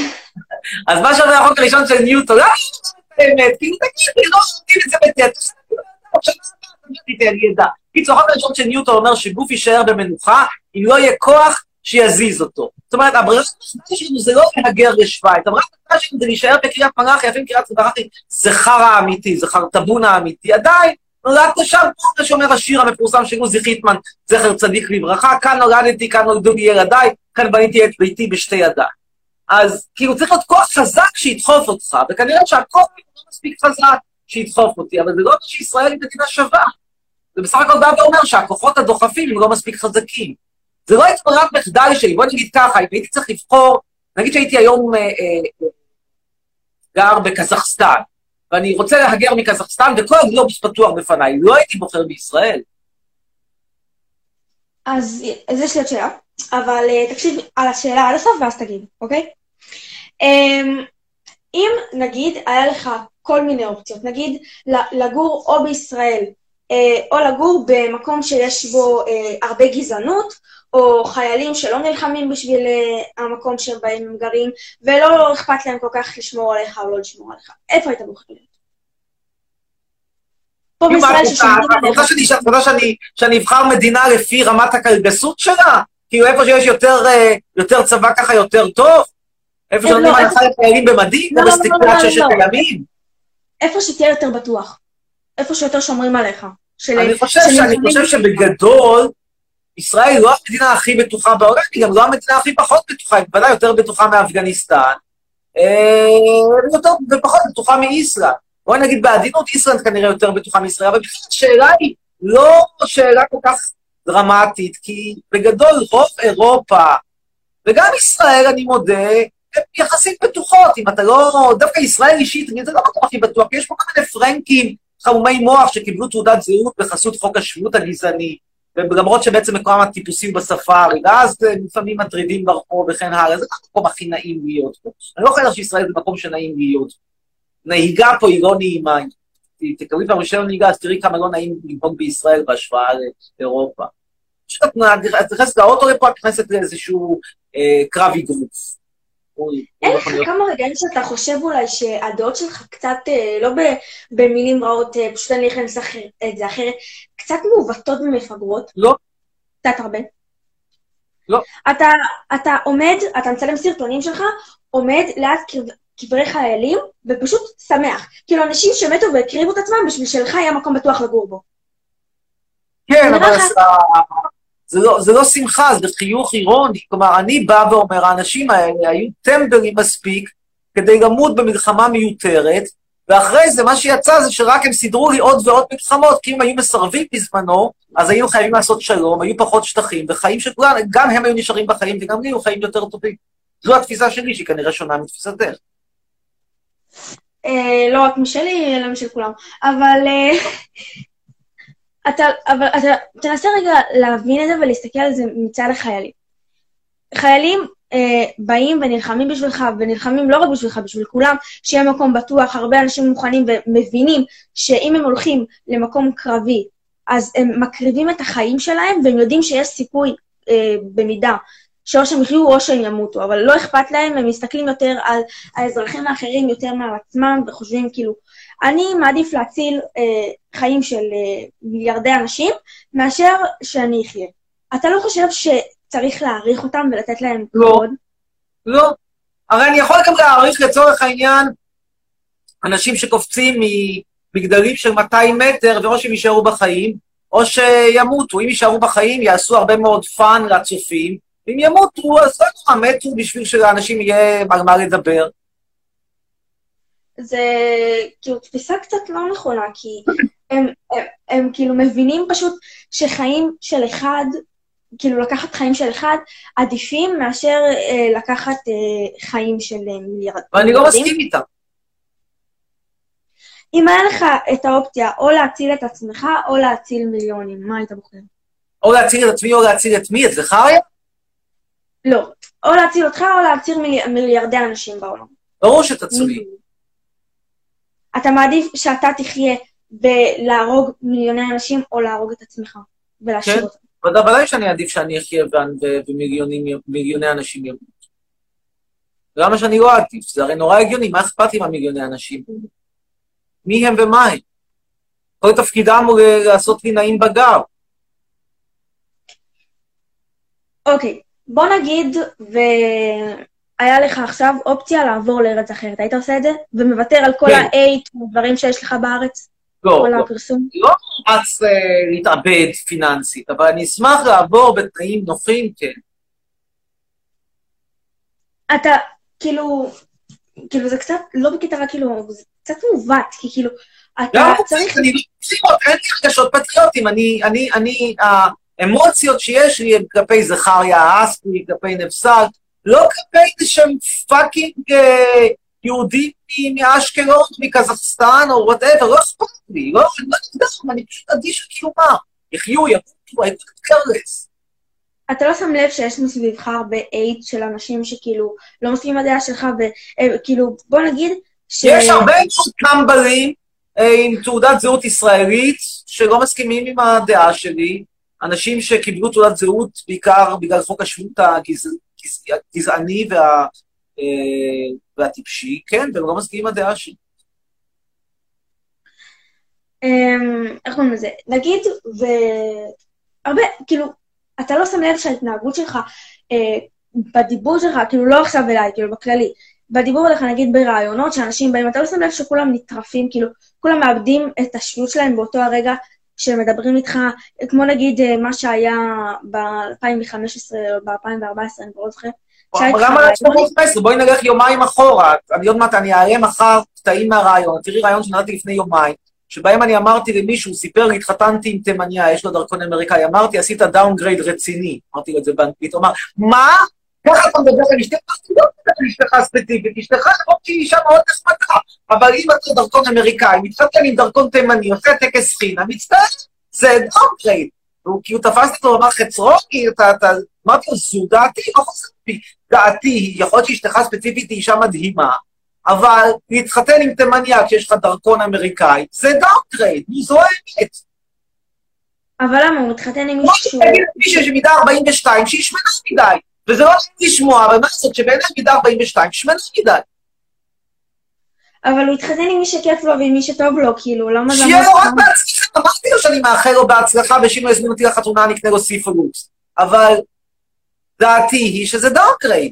אז מה שאומר החוק הראשון של ניוטון, לא באמת, כאילו תגיד, לא שומעים את זה בט', עכשיו אני ידע. קיצור, החוק הראשון של ניוטון אומר שגוף יישאר במנוחה, אם לא יהיה כוח שיזיז אותו. זאת אומרת, הברירה שלנו זה לא להגר לשוויץ, הברירה שלנו זה להישאר בקריית מלאכי, אפילו קריית מלאכי זה חרא אמיתי, זה חרטבון האמיתי, עדיין נולדת שם, כמו שאומר השיר המפורסם של עוזי חיטמן, זכר צדיק לברכה, כאן נולדתי, כאן נולדו לי ילדיי, כאן בניתי את ביתי בשתי ידיי. אז כאילו צריך להיות כוח חזק שידחוף אותך, וכנראה שהכוח לא מספיק חזק שידחוף אותי, אבל זה לא שישראל היא מדינה שווה. זה בסך הכל בא ואומר שהכוחות הדוחפים הם לא מספיק חזקים. זה לא הייתי ברירת מחדל שלי, בוא נגיד ככה, אם הייתי צריך לבחור, נגיד שהייתי היום אה, אה, גר בקזחסטן, ואני רוצה להגר מקזחסטן, וכל הגלובוס פתוח בפניי, לא הייתי בוחר בישראל. אז, אז יש לי עוד שאלה, אבל uh, תקשיב על השאלה עד הסוף ואז תגיד, אוקיי? Um, אם נגיד היה לך כל מיני אופציות, נגיד לגור או בישראל, uh, או לגור במקום שיש בו uh, הרבה גזענות, או חיילים שלא נלחמים בשביל uh, המקום שבהם הם גרים, ולא אכפת להם כל כך לשמור עליך או לא לשמור עליך, איפה היית בוחר להיות? פה בישראל ששומרים את עליך. רוצה שאני- את רוצה שאני- שאני אבחר מדינה לפי רמת הקלגסות שלה? כאילו איפה שיש יותר, אה, יותר צבא ככה יותר טוב? איפה לא, שנותנים איפה- הנחה לחיילים במדים? לא, כמו לא, לא, בסטיקלת לא, לא, ששת לא. הימים? איפה שתהיה יותר בטוח. איפה שיותר שומרים עליך. של- אני חושב של שאני נלחמים חושב בשבילך. שבגדול, ישראל היא לא המדינה הכי בטוחה בעולם, היא גם לא המדינה הכי פחות בטוחה, היא בוודאי יותר בטוחה מאפגניסטן, אה, ויותר- ופחות בטוחה מאיסלנד. בואי נגיד בעדינות, איסלנד כנראה יותר בטוחה מישראל, אבל בכלל השאלה היא לא שאלה כל כך דרמטית, כי בגדול רוב אירופה, וגם ישראל, אני מודה, הן יחסית בטוחות, אם אתה לא, דווקא ישראל אישית, זה לא מקום הכי בטוח, כי יש פה כל מיני פרנקים חמומי מוח שקיבלו תעודת זהות בחסות חוק השבות הגזעני, ולמרות שבעצם מקומם הטיפוסים בספארי, ואז לפעמים מטרידים ברחוב וכן הלאה, זה לא המקום הכי נעים להיות פה. אני לא חושב שישראל זה מקום שנעים להיות. נהיגה פה היא לא נעימה. תקראי פעם רישיון נהיגה, אז תראי כמה לא נעים לנהוג בישראל בהשוואה לאירופה. כשאת נכנסת לאוטו לפה, את נכנסת לאיזשהו אה, קרב אגרוף. אין לך כמה רגעים שאתה חושב אולי שהדעות שלך קצת, אה, לא ב- במילים רעות, אה, פשוט אני אכנס את זה אחרת, קצת מעוותות ומפגרות? לא. קצת הרבה? לא. אתה, אתה עומד, אתה מצלם סרטונים שלך, עומד ליד קבר- קברי חיילים, ופשוט שמח. כאילו אנשים שמתו והקריבו את עצמם בשביל שלך יהיה מקום בטוח לגור בו. כן, נראה אבל לך- זה- זה לא- זה לא שמחה, זה חיוך אירוני. כלומר, אני בא ואומר, האנשים האלה היו טמבלים מספיק כדי למות במלחמה מיותרת, ואחרי זה מה שיצא זה שרק הם סידרו לי עוד ועוד מלחמות, כי אם היו מסרבים בזמנו, אז היינו חייבים לעשות שלום, היו פחות שטחים, וחיים שכולם, גם הם היו נשארים בחיים, וגם לי היו חיים יותר טובים. זו התפיסה שלי, שהיא כנראה שונה מתפיסתך. אה, לא רק משלי, אלא משל כולם. אבל אה, אתה, אבל אתה תנסה רגע להבין את זה ולהסתכל על זה מצד החיילים. חיילים אה, באים ונלחמים בשבילך, ונלחמים לא רק בשבילך, בשביל כולם, שיהיה מקום בטוח. הרבה אנשים מוכנים ומבינים שאם הם הולכים למקום קרבי, אז הם מקריבים את החיים שלהם, והם יודעים שיש סיכוי אה, במידה, שאו שהם יחיו או שהם ימותו, אבל לא אכפת להם, הם מסתכלים יותר על האזרחים האחרים, יותר מעל עצמם, וחושבים כאילו, אני מעדיף להציל אה, חיים של אה, מיליארדי אנשים, מאשר שאני אחיה. אתה לא חושב שצריך להעריך אותם ולתת להם לא. כבוד? לא. הרי אני יכול גם להעריך לצורך העניין אנשים שקופצים ממגדלים של מאתיים מטר, ואו שהם יישארו בחיים, או שימותו. אם יישארו בחיים, יעשו הרבה מאוד פאן לצופים, אם ימותו, אז לא נורא, מתו בשביל שלאנשים יהיה על מה לדבר. זה כאילו תפיסה קצת לא נכונה, כי הם, הם, הם כאילו מבינים פשוט שחיים של אחד, כאילו לקחת חיים של אחד, עדיפים מאשר אה, לקחת אה, חיים של אה, מיליארד. ואני לא מיליארדים. מסכים איתם. אם היה לך את האופציה או להציל את עצמך או להציל מיליונים, מה היית בוחר? או להציל את עצמי או להציל את מי? את זכריה? לא. או להציל אותך או להציל מילי, מיליארדי אנשים בעולם. ברור שאת עצמי. אתה מעדיף שאתה תחיה בלהרוג מיליוני אנשים או להרוג את עצמך ולהשאיר כן. אותם. ודאי שאני עדיף שאני אחיה ומיליוני אנשים ימות. למה שאני לא עדיף? זה הרי נורא הגיוני, מה אכפת לי מהמיליוני אנשים? מי הם ומה הם? כל תפקידם הוא לעשות לי נעים בגר. אוקיי, בוא נגיד, והיה לך עכשיו אופציה לעבור לארץ אחרת. היית עושה את זה? ומוותר על כל כן. האייט ודברים שיש לך בארץ? לא, כל לא. הפרסום? לא רץ אה, להתאבד פיננסית, אבל אני אשמח לעבור בתנאים נוחים, כן. אתה, כאילו, כאילו זה קצת, לא בקטע רע, כאילו, זה קצת מעוות, כי כאילו, אתה גם צריך... אני לא פציעות, אין לי הרגשות פטריוטים, אני, אני, אני, האמוציות שיש לי הן כלפי זכריה האספי, כלפי נפסל, לא כלפי איזשהם פאקינג אה, יהודים מאשקלון, מקזחסטן, או וואטאבר, לא אכפת לי, לא, אני לא נגדם, אני פשוט אדיש לקיומם, יחיו, ימותו, אני קצת קרלס. אתה לא שם לב שיש מסביבך הרבה אייט של אנשים שכאילו לא מסכימים לדעה שלך, וכאילו, בוא נגיד ש... יש הרבה קמבלים אה, עם תעודת זהות ישראלית, שלא מסכימים עם הדעה שלי, אנשים שקיבלו תעודת זהות בעיקר בגלל חוק השבות הגזעני וה, אה, והטיפשי, כן, והם לא מסכימים עם הדעה שלי. איך קוראים לזה? נגיד, והרבה, כאילו, אתה לא שם לב שההתנהגות שלך, בדיבור שלך, כאילו לא עכשיו אליי, כאילו בכללי, בדיבור עליך נגיד ברעיונות שאנשים באים, אתה לא שם לב שכולם נטרפים, כאילו, כולם מאבדים את השפיות שלהם באותו הרגע שמדברים איתך, כמו נגיד מה שהיה ב-אלפיים וחמש עשרה או ב-אלפיים וארבע עשרה, אני לא זוכרת. למה ב-אלפיים וחמש עשרה? בואי נלך יומיים אחורה, אני עוד מעט, אני אעלה מחר קטעים מהרעיון, תראי רעיון שנראיתי לפני יומיים, שבהם אני אמרתי למישהו, סיפר לי, התחתנתי עם תימניה, יש לו דרכון אמריקאי, אמרתי, עשית דאונגרייד רציני, אמרתי לו את זה באנגלית, הוא אמר, מה? ככה אתה מדבר על אשתך, לא מדבר על אשתך ספציפית, אשתך למרות שהיא אישה מאוד נחמדה, אבל אם אתה דרכון אמריקאי, מתחתן עם דרכון תימני, עושה טקס חינה, מצטער, זה דאונגרייד, כי הוא תפס אותו, הוא אמר חצרו, כי אתה, אמרתי לו, זו דעתי, לא חושבי, דעתי, יכול להיות שאשתך ספציפית היא אישה מדהימה, אבל להתחתן עם תימניה כשיש לך דרכון אמריקאי, זה דאונגרייד, זו האמת. אבל למה הוא מתחתן עם מישהו? מישהו שמידה ארבעים ושתיים, שהיא שמנה מדי. וזה לא לשמוע, אבל מה לעשות שבעיניי מידה ארבעים ושתיים, שמנה מדי. אבל הוא התחתן עם מי שכיף לו ועם מי שטוב לו, כאילו, למה זה... שיהיה לו רק בהצלחה, אמרתי לו שאני מאחל לו בהצלחה, ושאם יזמין אותי לחתונה, אני אקנה לו ספרות. אבל דעתי היא שזה דאונגרייד.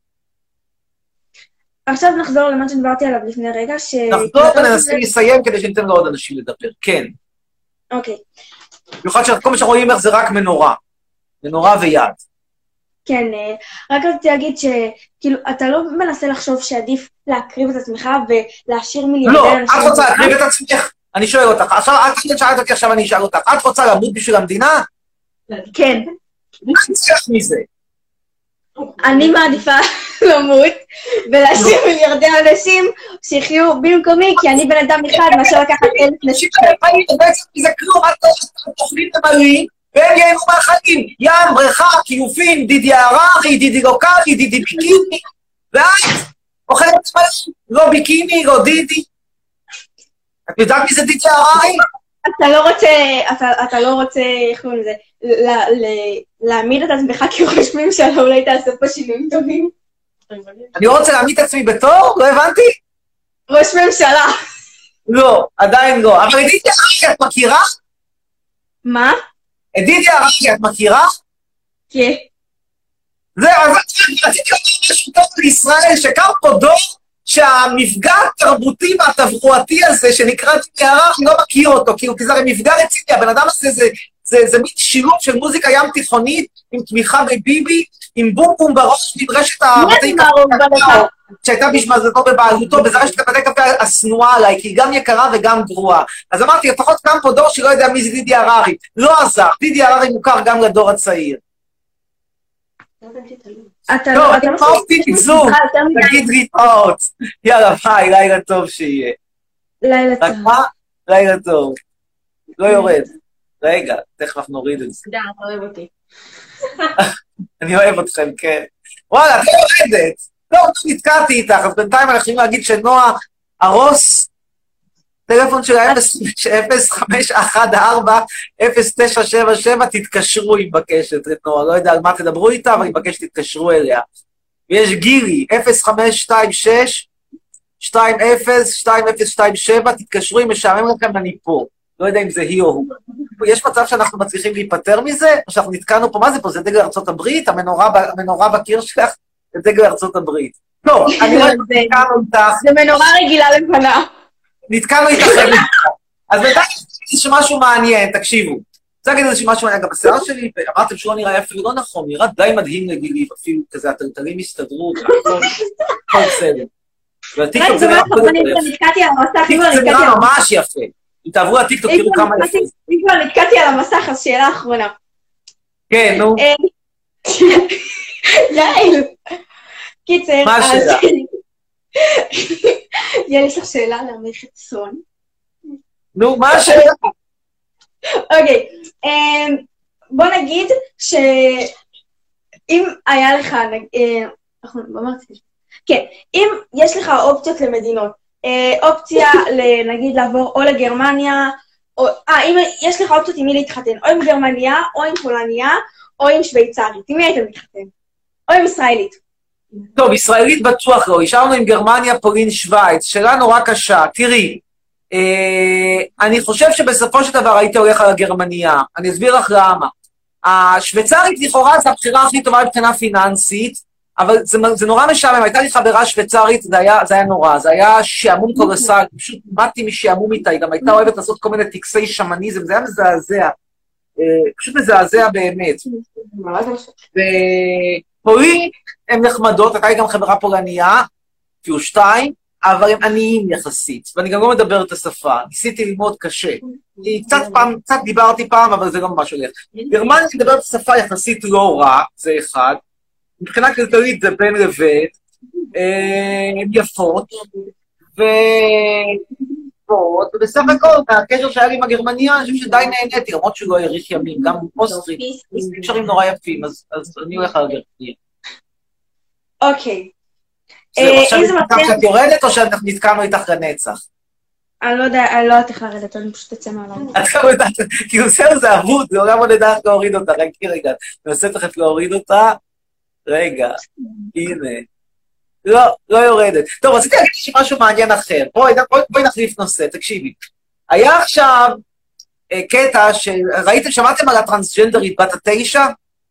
עכשיו נחזור למה שדיברתי עליו לפני רגע, ש... נחזור וננסים לסיים כדי שניתן לעוד אנשים לדבר, כן. אוקיי. במיוחד שכל מה שאנחנו רואים איך זה רק מנורה. מנורה ויד. כן, רק רציתי להגיד שכאילו, אתה לא מנסה לחשוב שעדיף להקריב את עצמך ולהשאיר מיליארדי אנשים... לא, את רוצה להקריב את עצמך? אני שואל אותך, עכשיו, את שאלת אותי עכשיו, אני אשאל אותך, את רוצה למות בשביל המדינה? כן. מה נצליח מזה? אני מעדיפה למות ולהשאיר מיליארדי אנשים שיחיו במקומי, כי אני בן אדם אחד מאשר לקחת אלף נשים. בעצם זה כלום, את תוכנית למלאים, והם ייהנו מהחיים, ים, בריכה, קיופים, דידי הררי, דידי לוקלי, דידי ביקיני, ואת אוכלת מלאים, לא ביקיני, לא דידי. את יודעת מי זה דידי הררי? אתה לא רוצה, אתה לא רוצה, איך קוראים לזה, להעמיד את עצמך כראש ממשלה, אולי תעשה פה שינויים טובים. אני לא רוצה להעמיד את עצמי בתור? לא הבנתי? ראש ממשלה. לא, עדיין לא. אבל דידי הררי את מכירה? מה? את דידי הררי את מכירה? כן. זהו, אז רציתי לומר משהו טוב לישראל, שקם פה דור שהמפגע התרבותי והתברואתי הזה שנקרא דידי הררי, אני לא מכיר אותו, כי זה הרי מפגע רציני, הבן אדם הזה זה, זה, זה מין שילוב של מוזיקה ים תיכונית, עם תמיכה בביבי, עם בום בום בראש, עם רשת הבתי קפה, שהייתה בשמזתו בבעלותו, וזה רשת הבתי קפה השנואה עליי, כי היא גם יקרה וגם גרועה. אז אמרתי, לפחות קם פה דור שלא יודע מי זה דידי הררי. לא עזר, דידי הררי מוכר גם לדור הצעיר. לא, אני מאותי תגזום, תגיד להתראות. יאללה, ביי, לילה טוב שיהיה. לילה טוב. לילה טוב. לא יורד. רגע, תכף אנחנו נוריד את זה. תודה, אתה אוהב אותי. אני אוהב אתכם, כן. וואלה, את לא יורדת. לא, נתקעתי איתך, אז בינתיים אנחנו יכולים להגיד שנועה הרוס, טלפון של אפס חמש אחת ארבע אפס תשע שבע שבע, תתקשרו היא מבקשת, נועה, לא יודע על מה תדברו איתה, אבל היא מבקשת תתקשרו אליה. ויש גילי, אפס חמש שתיים שש שתיים אפס שתיים אפס שתיים שבע, תתקשרו אם משעמם לכם, אני פה. לא יודע אם זה היא או הוא. יש מצב שאנחנו מצליחים להיפטר מזה, או שאנחנו נתקענו פה, מה זה פה? זה דגל ארצות הברית, המנורה בקיר שלך, זה דגל ארצות הברית. לא, אני לא נתקענו איתך. זה מנורה רגילה לפנה. נתקענו איתך. אז בינתיים יש משהו מעניין, תקשיבו. אני רוצה להגיד איזה משהו מעניין, גם בשיער שלי, אמרתם שהוא נראה אפילו לא נכון, נראה די מדהים לגילי, אפילו כזה, הטלטלים הסתדרו, הכל בסדר. והטיקטוק זה נראה זה נראה ממש יפה. אם תעברו לטיקטוק, תראו כמה יפה. אם כבר נתקעתי על המסך, אז שאלה אחרונה. כן, נו. יעל. קיצר, מה השאלה? יעל, יש לך שאלה לעמיחת סון. נו, מה השאלה? אוקיי, בוא נגיד שאם היה לך, כן, אם יש לך אופציות למדינות, אופציה, נגיד, לעבור או לגרמניה, אה, אם יש לך אופציות עם מי להתחתן, או עם גרמניה, או עם פולניה, או עם שוויצרית, עם מי הייתם מתחתן? או עם ישראלית. טוב, ישראלית בטוח לא, השארנו עם גרמניה, פולין, שוויץ, שאלה נורא קשה, תראי, אני חושב שבסופו של דבר הייתי הולך על הגרמניה. אני אסביר לך למה. השוויצרית לכאורה זה הבחירה הכי טובה מבחינה פיננסית, אבל זה, זה נורא משעמם. הייתה לי חברה שוויצרית, זה היה, זה היה נורא, זה היה שעמום קולוסלי, פשוט באתי משעמום איתה, היא גם הייתה אוהבת לעשות כל מיני טקסי שמניזם, זה היה מזעזע, פשוט מזעזע באמת. ופולין הן נחמדות, הייתה לי גם חברה פולניה, פיו שתיים, אבל הם עניים יחסית, ואני גם לא מדבר את השפה, ניסיתי ללמוד קשה. קצת פעם, קצת דיברתי פעם, אבל זה לא ממש הולך. גרמניה מדברת את השפה יחסית לא רע, זה אחד. מבחינה כלכלית זה בין לבד, הן יפות, ובסך הכל, מהקשר שהיה לי עם הגרמניה, אני חושב שדי נהניתי, למרות שהוא לא האריך ימים, גם אוסטרי, קשרים נורא יפים, אז אני הולך על הגרמניה. אוקיי. זהו, עכשיו שאת יורדת או שאנחנו נתקענו איתך לנצח? אני לא יודע, אני לא יודעת איך לרדת, אני פשוט אצא מעליי. את לא יודעת, כי הוא עושה לזה עבוד, זה עולם עוד לדעת להוריד אותה, רגע, רגע, אני עושה תכף להוריד אותה, רגע, הנה, לא, לא יורדת. טוב, רציתי להגיד לי משהו מעניין אחר, בואי נחליף נושא, תקשיבי. היה עכשיו קטע שראיתם, שמעתם על הטרנסג'נדרית בת התשע?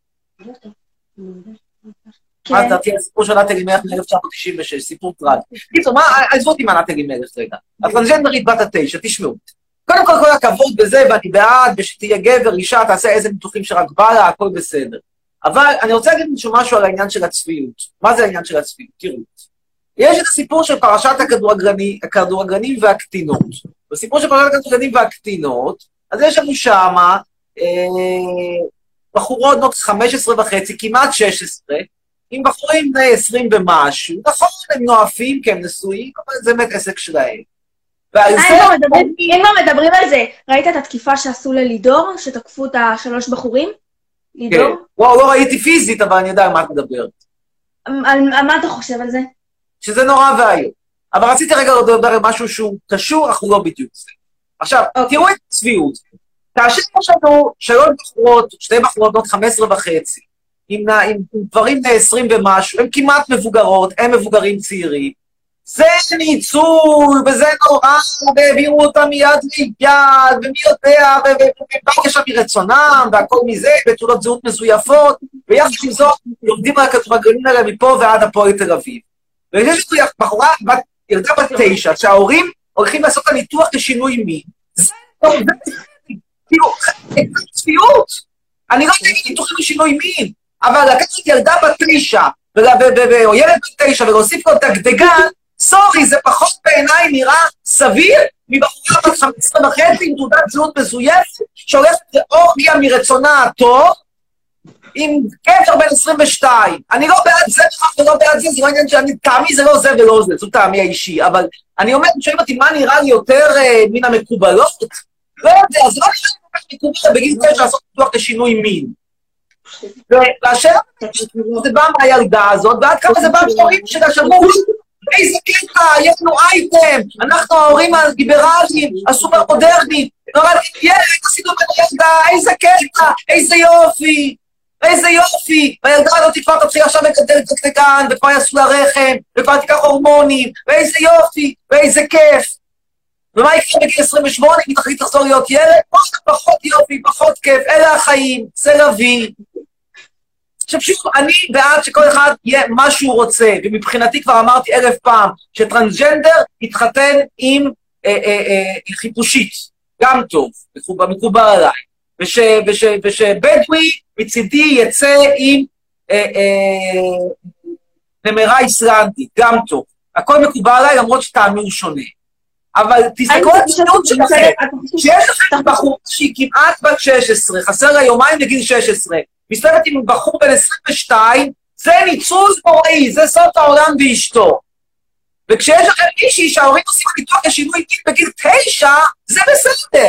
מה דעתי על סיפור של נטלי מלך מ-אלף תשע מאות תשעים ושש, סיפור טראגי. קיצור, מה, עזבו אותי מה נטלי מלך רגע. הטרנסג'נדרית בת התשע, תשמעו. קודם כל, כל הכבוד בזה, ואני בעד, ושתהיה גבר, אישה, תעשה איזה ניתוחים שרק בא לה, הכל בסדר. אבל אני רוצה להגיד משהו על העניין של הצביעות. מה זה העניין של הצביעות? תראו. יש את הסיפור של פרשת הכדורגלנים והקטינות. בסיפור של פרשת הכדורגלנים והקטינות, אז יש לנו שמה, בחורות בנות חמש עשרה וחצי, כמעט שש עשרה, עם בחורים בני עשרים ומשהו, נכון, הם נואפים כי הם נשואים, אבל זה באמת עסק שלהם. אם לא מדברים על זה, ראית את התקיפה שעשו ללידור, שתקפו את השלוש בחורים? לידור? לא ראיתי פיזית, אבל אני יודע על מה את מדברת. על מה אתה חושב על זה? שזה נורא והיום. אבל רציתי רגע לדבר על משהו שהוא קשור, אך הוא לא בדיוק זה. עכשיו, תראו את הצביעות. כאשר יש לנו שלוש בחורות, שתי בחורות בנות חמש עשרה וחצי, עם, עם דברים בני עשרים ומשהו, הם כמעט מבוגרות, הם מבוגרים צעירים, זה ניצול, וזה נורא, והעבירו אותם מיד ליד, ומי יודע, ובאו שם מרצונם, והכל מזה, ותעודות זהות מזויפות, ויחד עם זאת, יורדים על הכדורגלנים האלה מפה ועד הפועל תל אביב. ויש לנו בחורה, ילדה בת תשע, שההורים הולכים לעשות את הניתוח לשינוי מין. זה כאילו, צביעות. אני לא יודע ניתוחים לשינוי מין, אבל לקחת ילדה בת תשע, או ילד בת תשע, ולהוסיף לו דגדגן, סורי, זה פחות בעיניי נראה סביר, מבחורה בת חמש עשרה וחצי עם תעודת זהות מזויפת, שהולכת לאורגיה מרצונה הטוב, עם גבר בן עשרים ושתיים. אני לא בעד זה בכך ולא בעד זה, זה לא עניין שאני, טעמי זה לא זה ולא זה, זו טעמי האישי, אבל אני אומר, שואלים אותי, מה נראה לי יותר מן המקובלות? לא יודע, זה לא נראה לי כל כך מקובל בגיל תשע לעשות פיתוח לשינוי מין. והשאלה, זה בא מהילדה הזאת, ועד כמה זה בא מההורים שלה, שאמרו, איזה קטע, יש לנו אייטם, אנחנו ההורים הליברליים, הסופר מודרניים, נורא, ילד, עשינו בנו ילדה, איזה קטע, איזה יופי, איזה יופי, והילדה הזאת כבר תתחיל עכשיו לגדל את הקטגן, וכבר יעשו לה רחם, וכבר תיקח הורמונים, ואיזה יופי, ואיזה כיף. ומה יקרה בגיל עשרים ושמונה, אם תחליט לחזור להיות ילד? פחות יופי, פחות כיף, אלה החיים, זה לוי. עכשיו שוב, אני בעד שכל אחד יהיה מה שהוא רוצה, ומבחינתי כבר אמרתי אלף פעם, שטרנסג'נדר יתחתן עם אה, אה, אה, חיפושית, גם טוב, מקובל עליי, וש, וש, ושבדואי מצידי יצא עם אה, אה, נמרה איסלנדית, גם טוב, הכל מקובל עליי למרות שטעמי הוא שונה. אבל תסתכלו על הצניעות שלכם, שיש לכם בחור שהיא כמעט בת שש עשרה, חסר לה יומיים לגיל שש עשרה, מסתובבת עם בחור בן עשרים ושתיים, זה ניצול נוראי, זה סוף העולם ואשתו. וכשיש לכם מישהי שההורים עושים ניתוח לשינוי מין בגיל תשע, זה בסדר.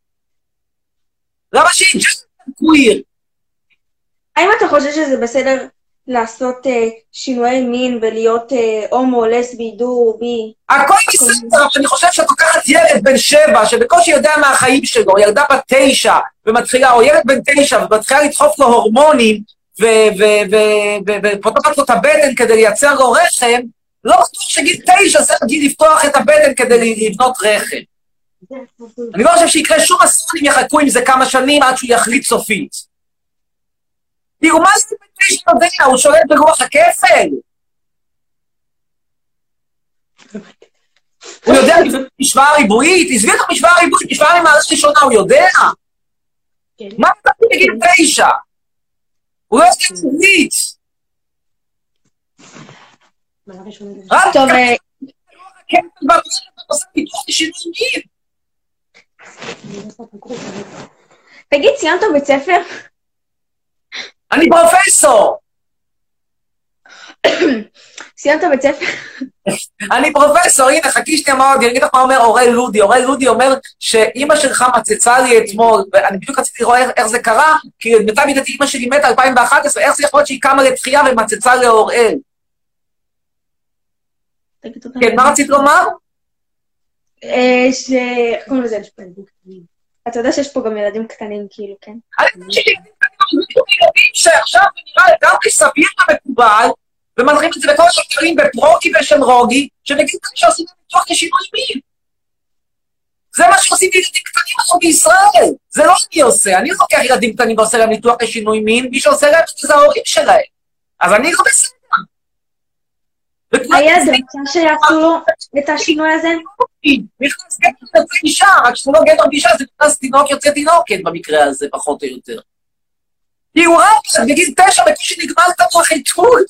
למה שהיא ג'נדר קוויר? האם אתה חושב שזה בסדר לעשות uh, שינויי מין ולהיות uh, הומו, לסבי, דו, בי? הכל בסדר, אבל אני חושב שאת לוקחת ילד בן שבע, שבקושי יודע מה החיים שלו, ילדה בת תשע, ומתחילה, או ילד בן תשע, ומתחילה לדחוף לו הורמונים, ופותחת לו את הבטן כדי לייצר לו רחם, לא בטוח שגיל תשע זה גיל לפתוח את הבטן כדי לבנות רחם. אני לא חושב שיקרה שום אסון אם יחכו עם זה כמה שנים עד שהוא יחליט סופית. תראו, מה זה בטי שיודע? הוא שולט ברוח הכפל. הוא יודע משוואה ריבועית, עזבי את המשוואה הריבועית, משוואה ממערכת ראשונה, הוא יודע. מה אתה תגיד תשע? הוא לא יודע עברית. טוב, תגיד, סיימת בית ספר? אני פרופסור. סיימת בית ספר? אני פרופסור, הנה, חכי שנייה מה עוד, אני אגיד לך מה אומר אורל לודי. אורל לודי אומר שאמא שלך מצצה לי אתמול, ואני בדיוק רציתי לראות איך זה קרה, כי למיטב ידיעתי אמא שלי מתה אלפיים ואחת עשרה, איך זה יכול להיות שהיא קמה לתחייה ומצצה לאוראל? כן, מה רצית לומר? ש... איך קוראים לזה? אתה יודע שיש פה גם ילדים קטנים, כאילו, כן? אני חושב שילדים קטנים, ילדים שעכשיו נראה לגמרי סביר ומקובל, ומנחים את זה בכל השקרים בפרוגי ושמרוגי, שנגיד כאן שעושים ניתוח לשינוי מין. זה מה שעושים ילדים קטנים היום בישראל. זה לא אני עושה, אני לוקח ילדים קטנים ועושה להם ניתוח לשינוי מין, מי שעושה להם זה ההורים שלהם. אז אני לא בסדר. הילד רצה שיעשו לו את השינוי הזה? נכנס גדר יוצא אישה, רק שזה לא גדר באישה, זה נכנס תינוק יוצא תינוקת במקרה הזה, פחות או יותר. כי הוא רק, בגיל תשע, בקושי נגמר את החיתול.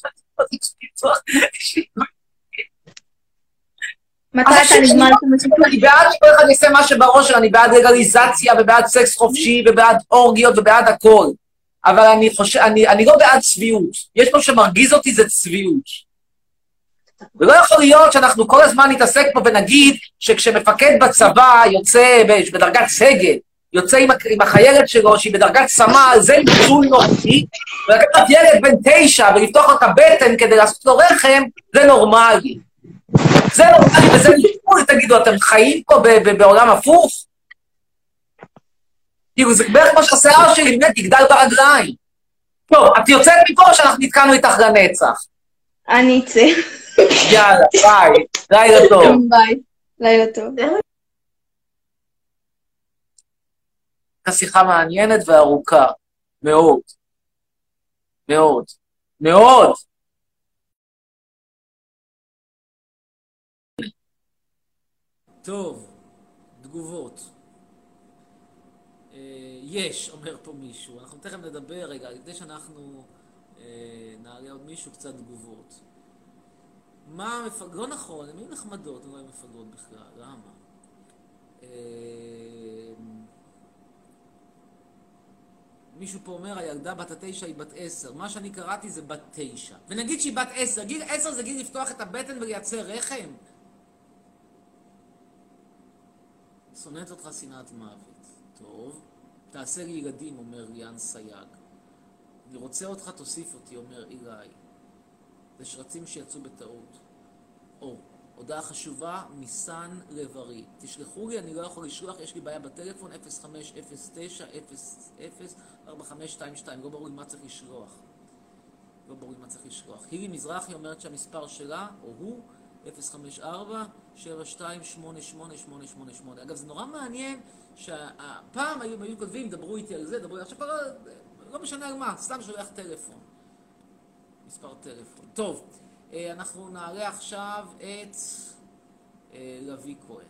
מתי אתה נגמר את החיתול? אני בעד שכל אחד יעשה מה שבראש שלו, אני בעד לגליזציה, ובעד סקס חופשי, ובעד אורגיות, ובעד הכל. אבל אני חושב, אני לא בעד צביעות. יש פה שמרגיז אותי, זה צביעות. ולא יכול להיות שאנחנו כל הזמן נתעסק פה ונגיד שכשמפקד בצבא יוצא בדרגת סגל, יוצא עם, עם החיילת שלו שהיא בדרגת סמל, זה ניצול נורמלי, ולקחת ילד בן תשע ולפתוח לו את הבטן כדי לעשות לו רחם, זה נורמלי. זה נורמלי וזה ניצול, תגידו, אתם חיים פה ב- ב- בעולם הפוך? כאילו, זה בערך כמו שהשיער שלי, באמת, תגדל ברגליים. טוב, את יוצאת מפה שאנחנו נתקענו איתך לנצח. אני אצא. יאללה, ביי, לילה טוב. ביי, לילה טוב. שיחה מעניינת וארוכה, מאוד, מאוד, מאוד. טוב, תגובות. אה, יש, אומר פה מישהו. אנחנו תכף נדבר, רגע, לפני שאנחנו אה, נעלה עוד מישהו, קצת תגובות. מה המפגרות? לא נכון, הן היו נחמדות, הן לא היו מפגרות בכלל, למה? אה, מישהו פה אומר, הילדה בת התשע היא בת עשר. מה שאני קראתי זה בת תשע. ונגיד שהיא בת עשר. גיל עשר זה גיל לפתוח את הבטן ולייצר רחם. שונאת אותך שנאת מוות. טוב. תעשה לי ילדים, אומר ליאן סייג. אני רוצה אותך, תוסיף אותי, אומר אילי. זה שרצים שיצאו בטעות. או, הודעה חשובה, מסן לב-ארי. תשלחו לי, אני לא יכול לשלוח, יש לי בעיה בטלפון, אפס חמש אפס תשע אפס אפס ארבע חמש שתיים שתיים, לא ברור לי מה צריך לשלוח. לא ברור לי מה צריך לשלוח. הילי מזרחי אומרת שהמספר שלה, או הוא, אפס חמש ארבע שבע שתיים שמונה שמונה שמונה שמונה שמונה. אגב, זה נורא מעניין שהפעם היו, היו כותבים, דברו איתי על זה, דברו איתי, עכשיו כבר לא משנה על מה, סתם שולח טלפון. מספר טלפון. טוב, אנחנו נעלה עכשיו את לוי כהן.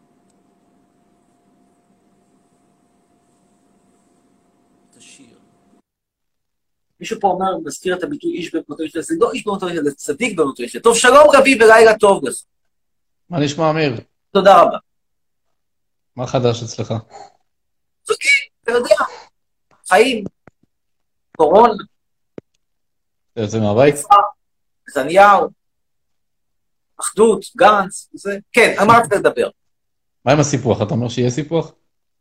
את השיר. מישהו פה אומר, מזכיר את הביטוי איש במותו יש לזה, לא איש במותו יש לזה, צדיק במותו יש לזה. טוב, שלום רבי ולילה טוב לך. מה נשמע, אמיר? תודה רבה. מה חדש אצלך? צודקי, אתה יודע. חיים, קורונה. אתה יוצא מהבית? נתניהו, אחדות, גנץ, וזה. כן, על מה רצית לדבר? מה עם הסיפוח? אתה אומר שיהיה סיפוח?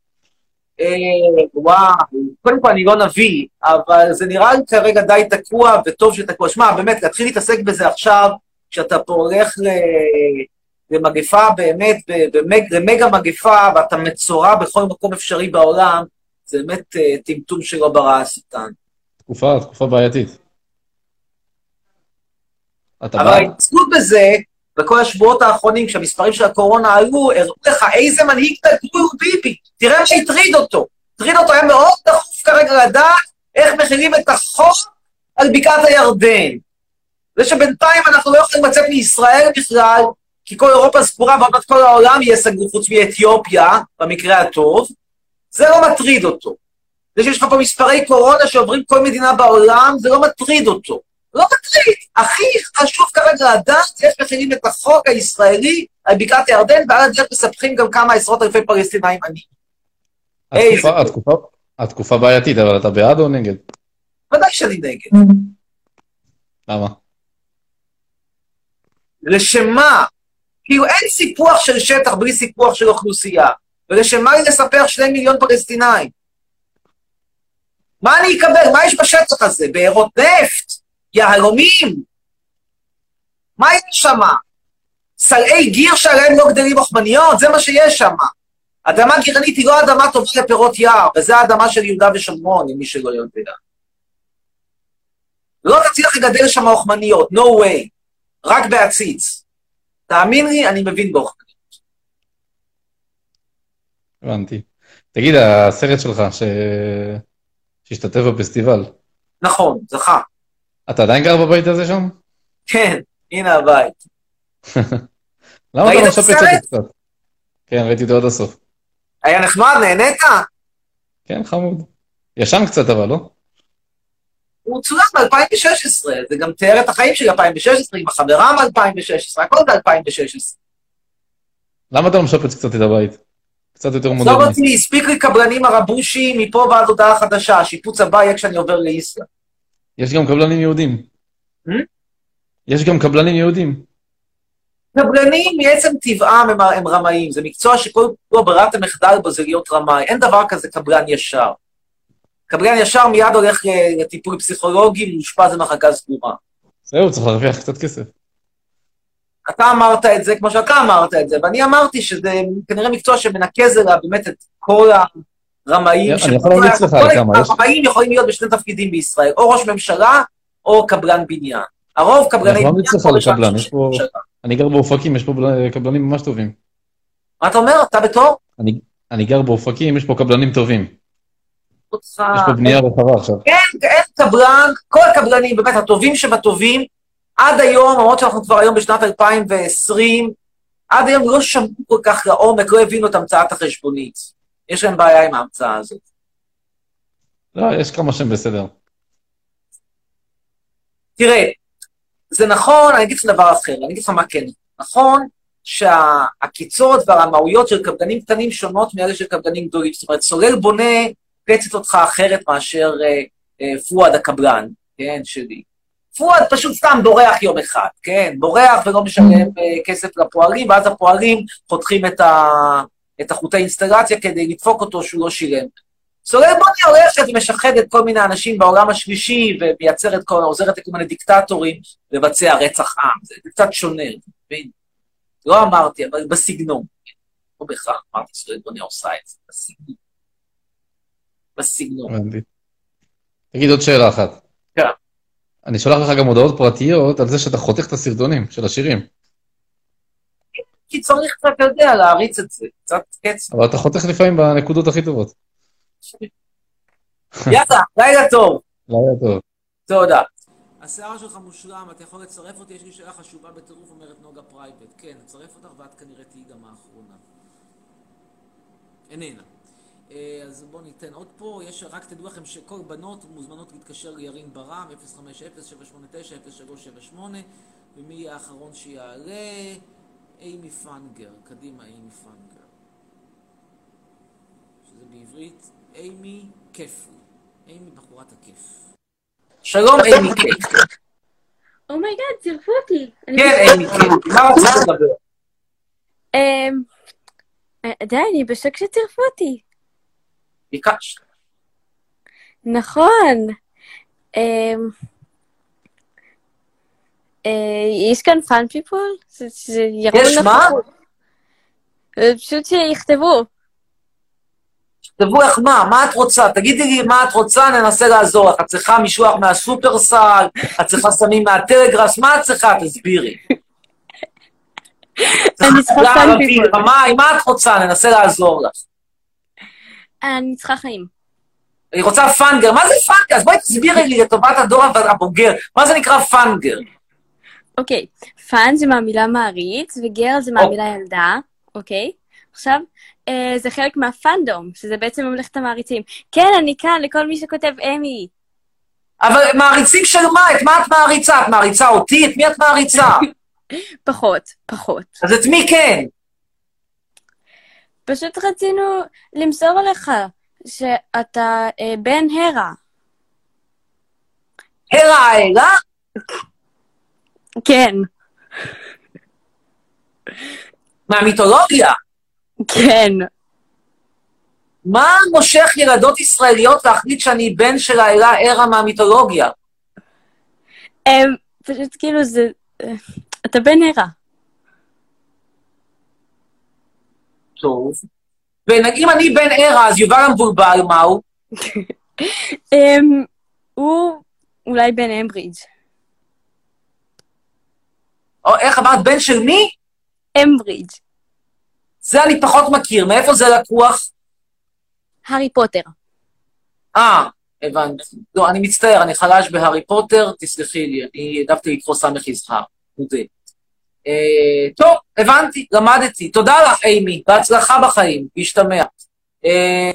וואו, קודם כל אני לא נביא, אבל זה נראה לי כרגע די תקוע, וטוב שתקוע. שמע, באמת, להתחיל להתעסק בזה עכשיו, כשאתה פה הולך למגפה, באמת, למגה מגפה, ואתה מצורע בכל מקום אפשרי בעולם, זה באמת טמטום שלא ברא השטן. תקופה, תקופה בעייתית. אבל ההתעסקות בזה, בכל השבועות האחרונים, כשהמספרים של הקורונה עלו, הראו לך איזה מנהיג דגול הוא ביבי. תראה מה שהטריד אותו. הטריד אותו, היה מאוד דחוף כרגע לדעת איך מכילים את החוק על בקעת הירדן. זה שבינתיים אנחנו לא יכולים לצאת מישראל בכלל, כי כל אירופה סגורה ועוד כל העולם יהיה סגור חוץ מאתיופיה, במקרה הטוב, זה לא מטריד אותו. זה שיש לך פה מספרי קורונה שעוברים כל מדינה בעולם, זה לא מטריד אותו. לא מטריד. הכי חשוב כרגע לדעת איך מכילים את החוק הישראלי על בקעת הירדן, ועל הדרך מספחים גם כמה עשרות אלפי פלסטינאים עניים. התקופה בעייתית, אבל אתה בעד או נגד? ודאי שאני נגד. למה? לשם מה? כאילו אין סיפוח של שטח בלי סיפוח של אוכלוסייה. ולשם מה לי לספח שני מיליון פלסטינאים? מה אני אקבל? מה יש בשטח הזה? בארות נפט? יהלומים? מה יש שם? סלעי גיר שעליהם לא גדלים מוכמניות? זה מה שיש שם. אדמה גירנית היא לא אדמה טובה לפירות יער, וזה האדמה של יהודה ושומרון, אם מי שלא יודע. לא תצליח לגדל שם מוכמניות, no way. רק בעציץ. תאמין לי, אני מבין באוכמניות. הבנתי. תגיד, הסרט שלך ש... שהשתתף בפסטיבל. נכון, זכה. אתה עדיין גר בבית הזה שם? כן, הנה הבית. למה אתה לא משפץ את זה קצת? כן, ראיתי אותו עד הסוף. היה נחמד, נהנית? כן, חמוד. ישן קצת אבל, לא? הוא צולם ב-אלפיים ושש עשרה, זה גם תיאר את החיים של אלפיים ושש עשרה, עם החברה מ-אלפיים ושש עשרה, הכל ב-אלפיים ושש עשרה. למה אתה לא משפץ קצת את הבית? קצת יותר מודרני. זאת אותי, הספיק לי קבלנים הרבושי מפה ועד הודעה חדשה, השיפוץ הבא יהיה כשאני עובר לאיסלנד. יש גם קבלנים יהודים. יש גם קבלנים יהודים. קבלנים מעצם טבעם הם, הם רמאים, זה מקצוע שכל ברירת המחדל בו זה להיות רמאי, אין דבר כזה קבלן ישר. קבלן ישר מיד הולך לטיפול פסיכולוגי, מושפז במחלקה סגורה. זהו, צריך להרוויח קצת כסף. אתה אמרת את זה כמו שאתה אמרת את זה, ואני אמרתי שזה כנראה מקצוע שמנקז אליו באמת את כל הרמאים. אני יכול להמליץ לך על כמה. הרמאים יכולים להיות בשני תפקידים בישראל, או ראש ממשלה או קבלן בניין. הרוב קבלני בניין. אני יכול להמליץ לך לקבלן, יש פה... אני גר באופקים, יש פה קבלנים ממש טובים. מה אתה אומר? אתה בתור? אני גר באופקים, יש פה קבלנים טובים. יש פה בנייה רחבה עכשיו. אין, אין קבלן, כל הקבלנים, באמת, הטובים שבטובים, עד היום, למרות שאנחנו כבר היום בשנת אלפיים ועשרים, עד היום לא שמעו כל כך לעומק, לא הבינו את המצאת החשבונית. יש להם בעיה עם ההמצאה הזאת. לא, יש כמה שהם בסדר. תראה, זה נכון, אני אגיד לך דבר אחר, אני אגיד לך מה כן. נכון שהקיצות והרמאויות של קבלנים קטנים שונות מאלה של קבלנים גדולים. זאת אומרת, סולל בונה פצת אותך אחרת מאשר אה, אה, פואד הקבלן, כן, שלי. פואד פשוט סתם בורח יום אחד, כן, בורח ולא משלם אה, כסף לפועלים, ואז הפועלים חותכים את, ה, את החוטי אינסטלציה כדי לדפוק אותו שהוא לא שילם. סולל בונה הולכת ומשחדת כל מיני אנשים בעולם השלישי, ומייצרת כל, עוזרת לכל מיני דיקטטורים לבצע רצח עם. זה קצת שונה, בין. לא אמרתי, אבל בסגנון. לא בכלל, אמרתי סולל בונה עושה את זה, בסגנון. בסגנון. תגיד עוד שאלה אחת. כן. אני שולח לך גם הודעות פרטיות על זה שאתה חותך את הסרטונים של השירים. כי צריך קצת יודע להריץ את זה, קצת קצת. אבל אתה חותך לפעמים בנקודות הכי טובות. יאללה, לילה טוב. לילה טוב. תודה. השיער שלך מושלם, אתה יכול לצרף אותי, יש לי שאלה חשובה בטירוף, אומרת נוגה פרייבט. כן, נצרף אותך ואת כנראה תהיי גם האחרונה. איננה. אז בואו ניתן עוד פה, יש, רק תדעו לכם שכל בנות מוזמנות להתקשר לירין ברם, אפס חמש אפס שבע שמונה תשע אפס שלוש שבע שמונה, ומי יהיה האחרון שיעלה? אימי פנגר, קדימה אימי פנגר. שזה בעברית, אימי כיפרי, אימי בחורת הכיף. שלום אימי כיף. אומייגאד, צירפו אותי. כן אימי כיף, מה רצית לדבר? די, אני בשוק שצירפו אותי. ביקשת. נכון. יש כאן פאן פיפול? יש מה? פשוט שיכתבו. תבוא איך מה? מה את רוצה? תגידי לי מה את רוצה, ננסה לעזור לך. את צריכה משלוח מהסופרסל, את צריכה סמים מהטלגראס, מה את צריכה? תסבירי. אני צריכה פאן פיפול. רמאי, מה את רוצה? ננסה לעזור לך. אני צריכה חיים. אני רוצה פאנגר. מה זה פאנגר? אז בואי תסבירי לי לטובת הדור הבוגר. מה זה נקרא פאנגר? אוקיי, פאן זה מהמילה מעריץ, וגר זה מהמילה ילדה, אוקיי? עכשיו, זה חלק מהפאנדום, שזה בעצם ממלכת המעריצים. כן, אני כאן לכל מי שכותב אמי. אבל מעריצים של מה? את מה את מעריצה? את מעריצה אותי? את מי את מעריצה? פחות, פחות. אז את מי כן? פשוט רצינו למסור לך שאתה אה, בן הרה. הרה האלה? כן. מהמיתולוגיה? כן. מה מושך ילדות ישראליות להחליט שאני בן של האלה הרה מהמיתולוגיה? הם, פשוט כאילו זה... אתה בן הרה. טוב. ואם אני בן הרה, אז יובל המבולבל, מה הוא? הוא אולי בן אמברידג'. איך אמרת? בן של מי? אמברידג'. זה אני פחות מכיר. מאיפה זה לקוח? הארי פוטר. אה, הבנתי. לא, אני מצטער, אני חלש בהארי פוטר, תסלחי לי, אני העדפתי לקרוא סמך יזהר. מודה. אה, טוב, הבנתי, למדתי. תודה לך, אימי, בהצלחה בחיים, להשתמע. אה...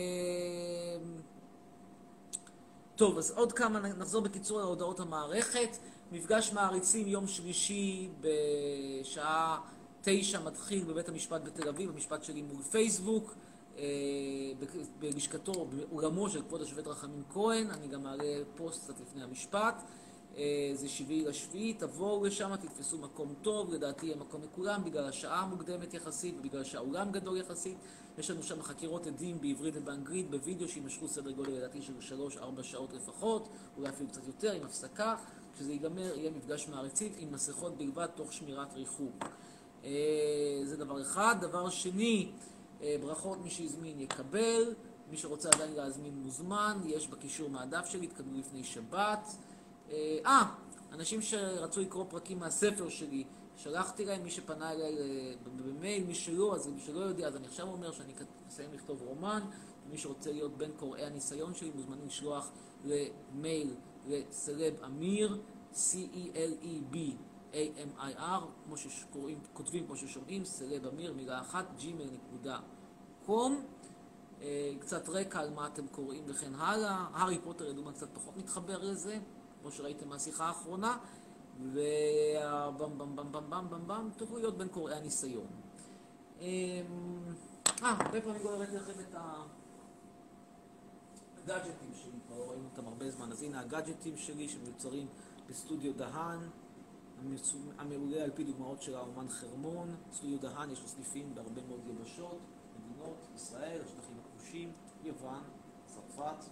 טוב, אז עוד כמה, נחזור בקיצור להודעות המערכת. מפגש מעריצים יום שלישי בשעה תשע מתחיל בבית המשפט בתל אביב, המשפט שלי מול פייסבוק, בלשכתו, באולמו של כבוד השופט רחמים כהן. אני גם מעלה פוסט קצת לפני המשפט. זה שביעי לשביעי, תבואו לשם, תתפסו מקום טוב, לדעתי יהיה מקום לכולם, בגלל השעה המוקדמת יחסית, ובגלל שהאולם גדול יחסית. יש לנו שם חקירות עדים בעברית ובאנגלית, בווידאו שימשכו סדר גודל לדעתי של שלוש ארבע שעות לפחות, אולי אפילו קצת יותר, עם הפסקה. כשזה ייגמר, יהיה מפגש מעריצים עם מסכות בלבד, תוך שמירת ריחוק. זה דבר אחד. דבר שני, ברכות מי שהזמין יקבל, מי שרוצה עדיין להזמין מוזמן, יש בקישור מהדף שלי, תקבלו לפני שבת. אה, אנשים שרצו לקרוא פרקים מהספר שלי, שלחתי להם, מי שפנה אליי במייל, מי שלא, אז מי שלא יודע, אז אני עכשיו אומר שאני אסיים לכתוב רומן, ומי שרוצה להיות בין קוראי הניסיון שלי, מוזמנים לשלוח למייל לסלב אמיר, C-E-L-E-B A-M-I-R, כמו שקוראים, כותבים כמו ששומעים, סלב אמיר, מילה אחת, ג'ימייל נקודה קום. קצת רקע על מה אתם קוראים וכן הלאה. הארי פוטר לדוגמה קצת פחות מתחבר לזה, כמו שראיתם מהשיחה האחרונה, ובם בם בם בם בם בם בם תוכלו להיות בין קוראי הניסיון. אה, הרבה פעמים לא הראיתי לכם את הגאדג'טים שלי, כבר לא ראינו אותם הרבה זמן, אז הנה הגאדג'טים שלי שמיוצרים בסטודיו דהן, המעולה על פי דוגמאות של האומן חרמון. סטודיו דהן יש לו סניפים בהרבה מאוד יבשות, מדינות, ישראל, השטחים הכבושים, יוון, צרפת.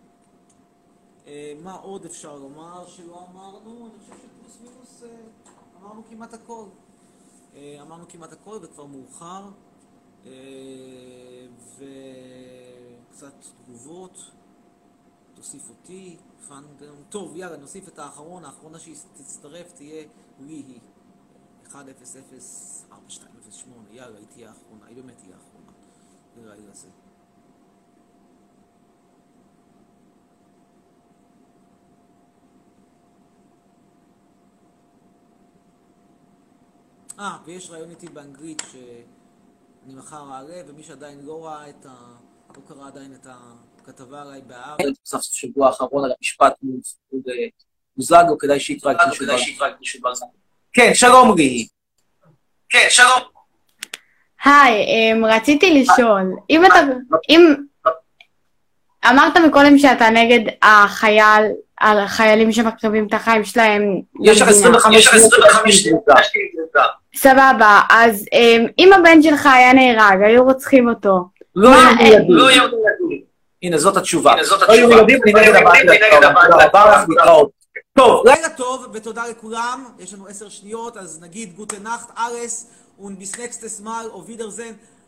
מה עוד אפשר לומר שלא אמרנו? אני חושב שפלוס מינוס אמרנו כמעט הכל. אמרנו כמעט הכל וכבר מאוחר. וקצת תגובות. תוסיף אותי, פאנדם. טוב, יאללה, נוסיף את האחרון. האחרונה שתצטרף תהיה ליהי. אחת אפס אפס ארבע שתיים אפס שמונה. יאללה, היא תהיה האחרונה. היא באמת תהיה האחרונה. לרגע הזה. אה, ויש רעיון איתי באנגלית שאני מחר אעלה, ומי שעדיין לא ראה את ה... לא קרא עדיין את הכתבה עליי בארץ. בסוף שבוע האחרון על המשפט מוזג, או כדאי שיתרק משהו בזמן. כן, שלום ליהי. כן, שלום. היי, רציתי לשאול, אם אתה... אם... אמרת מקודם שאתה נגד החייל, על החיילים שמקריבים את החיים שלהם. יש לך עשרים וחמש דקות. סבבה, אז אם הבן שלך היה נהרג, היו רוצחים אותו. לא יהודים. הנה, זאת התשובה. לא יהודים, אני נגד הבא. טוב, לילה טוב ותודה לכולם. יש לנו עשר שניות, אז נגיד גוטה נחט, ארס, und bis nächstes Mal, auf Wiedersehen.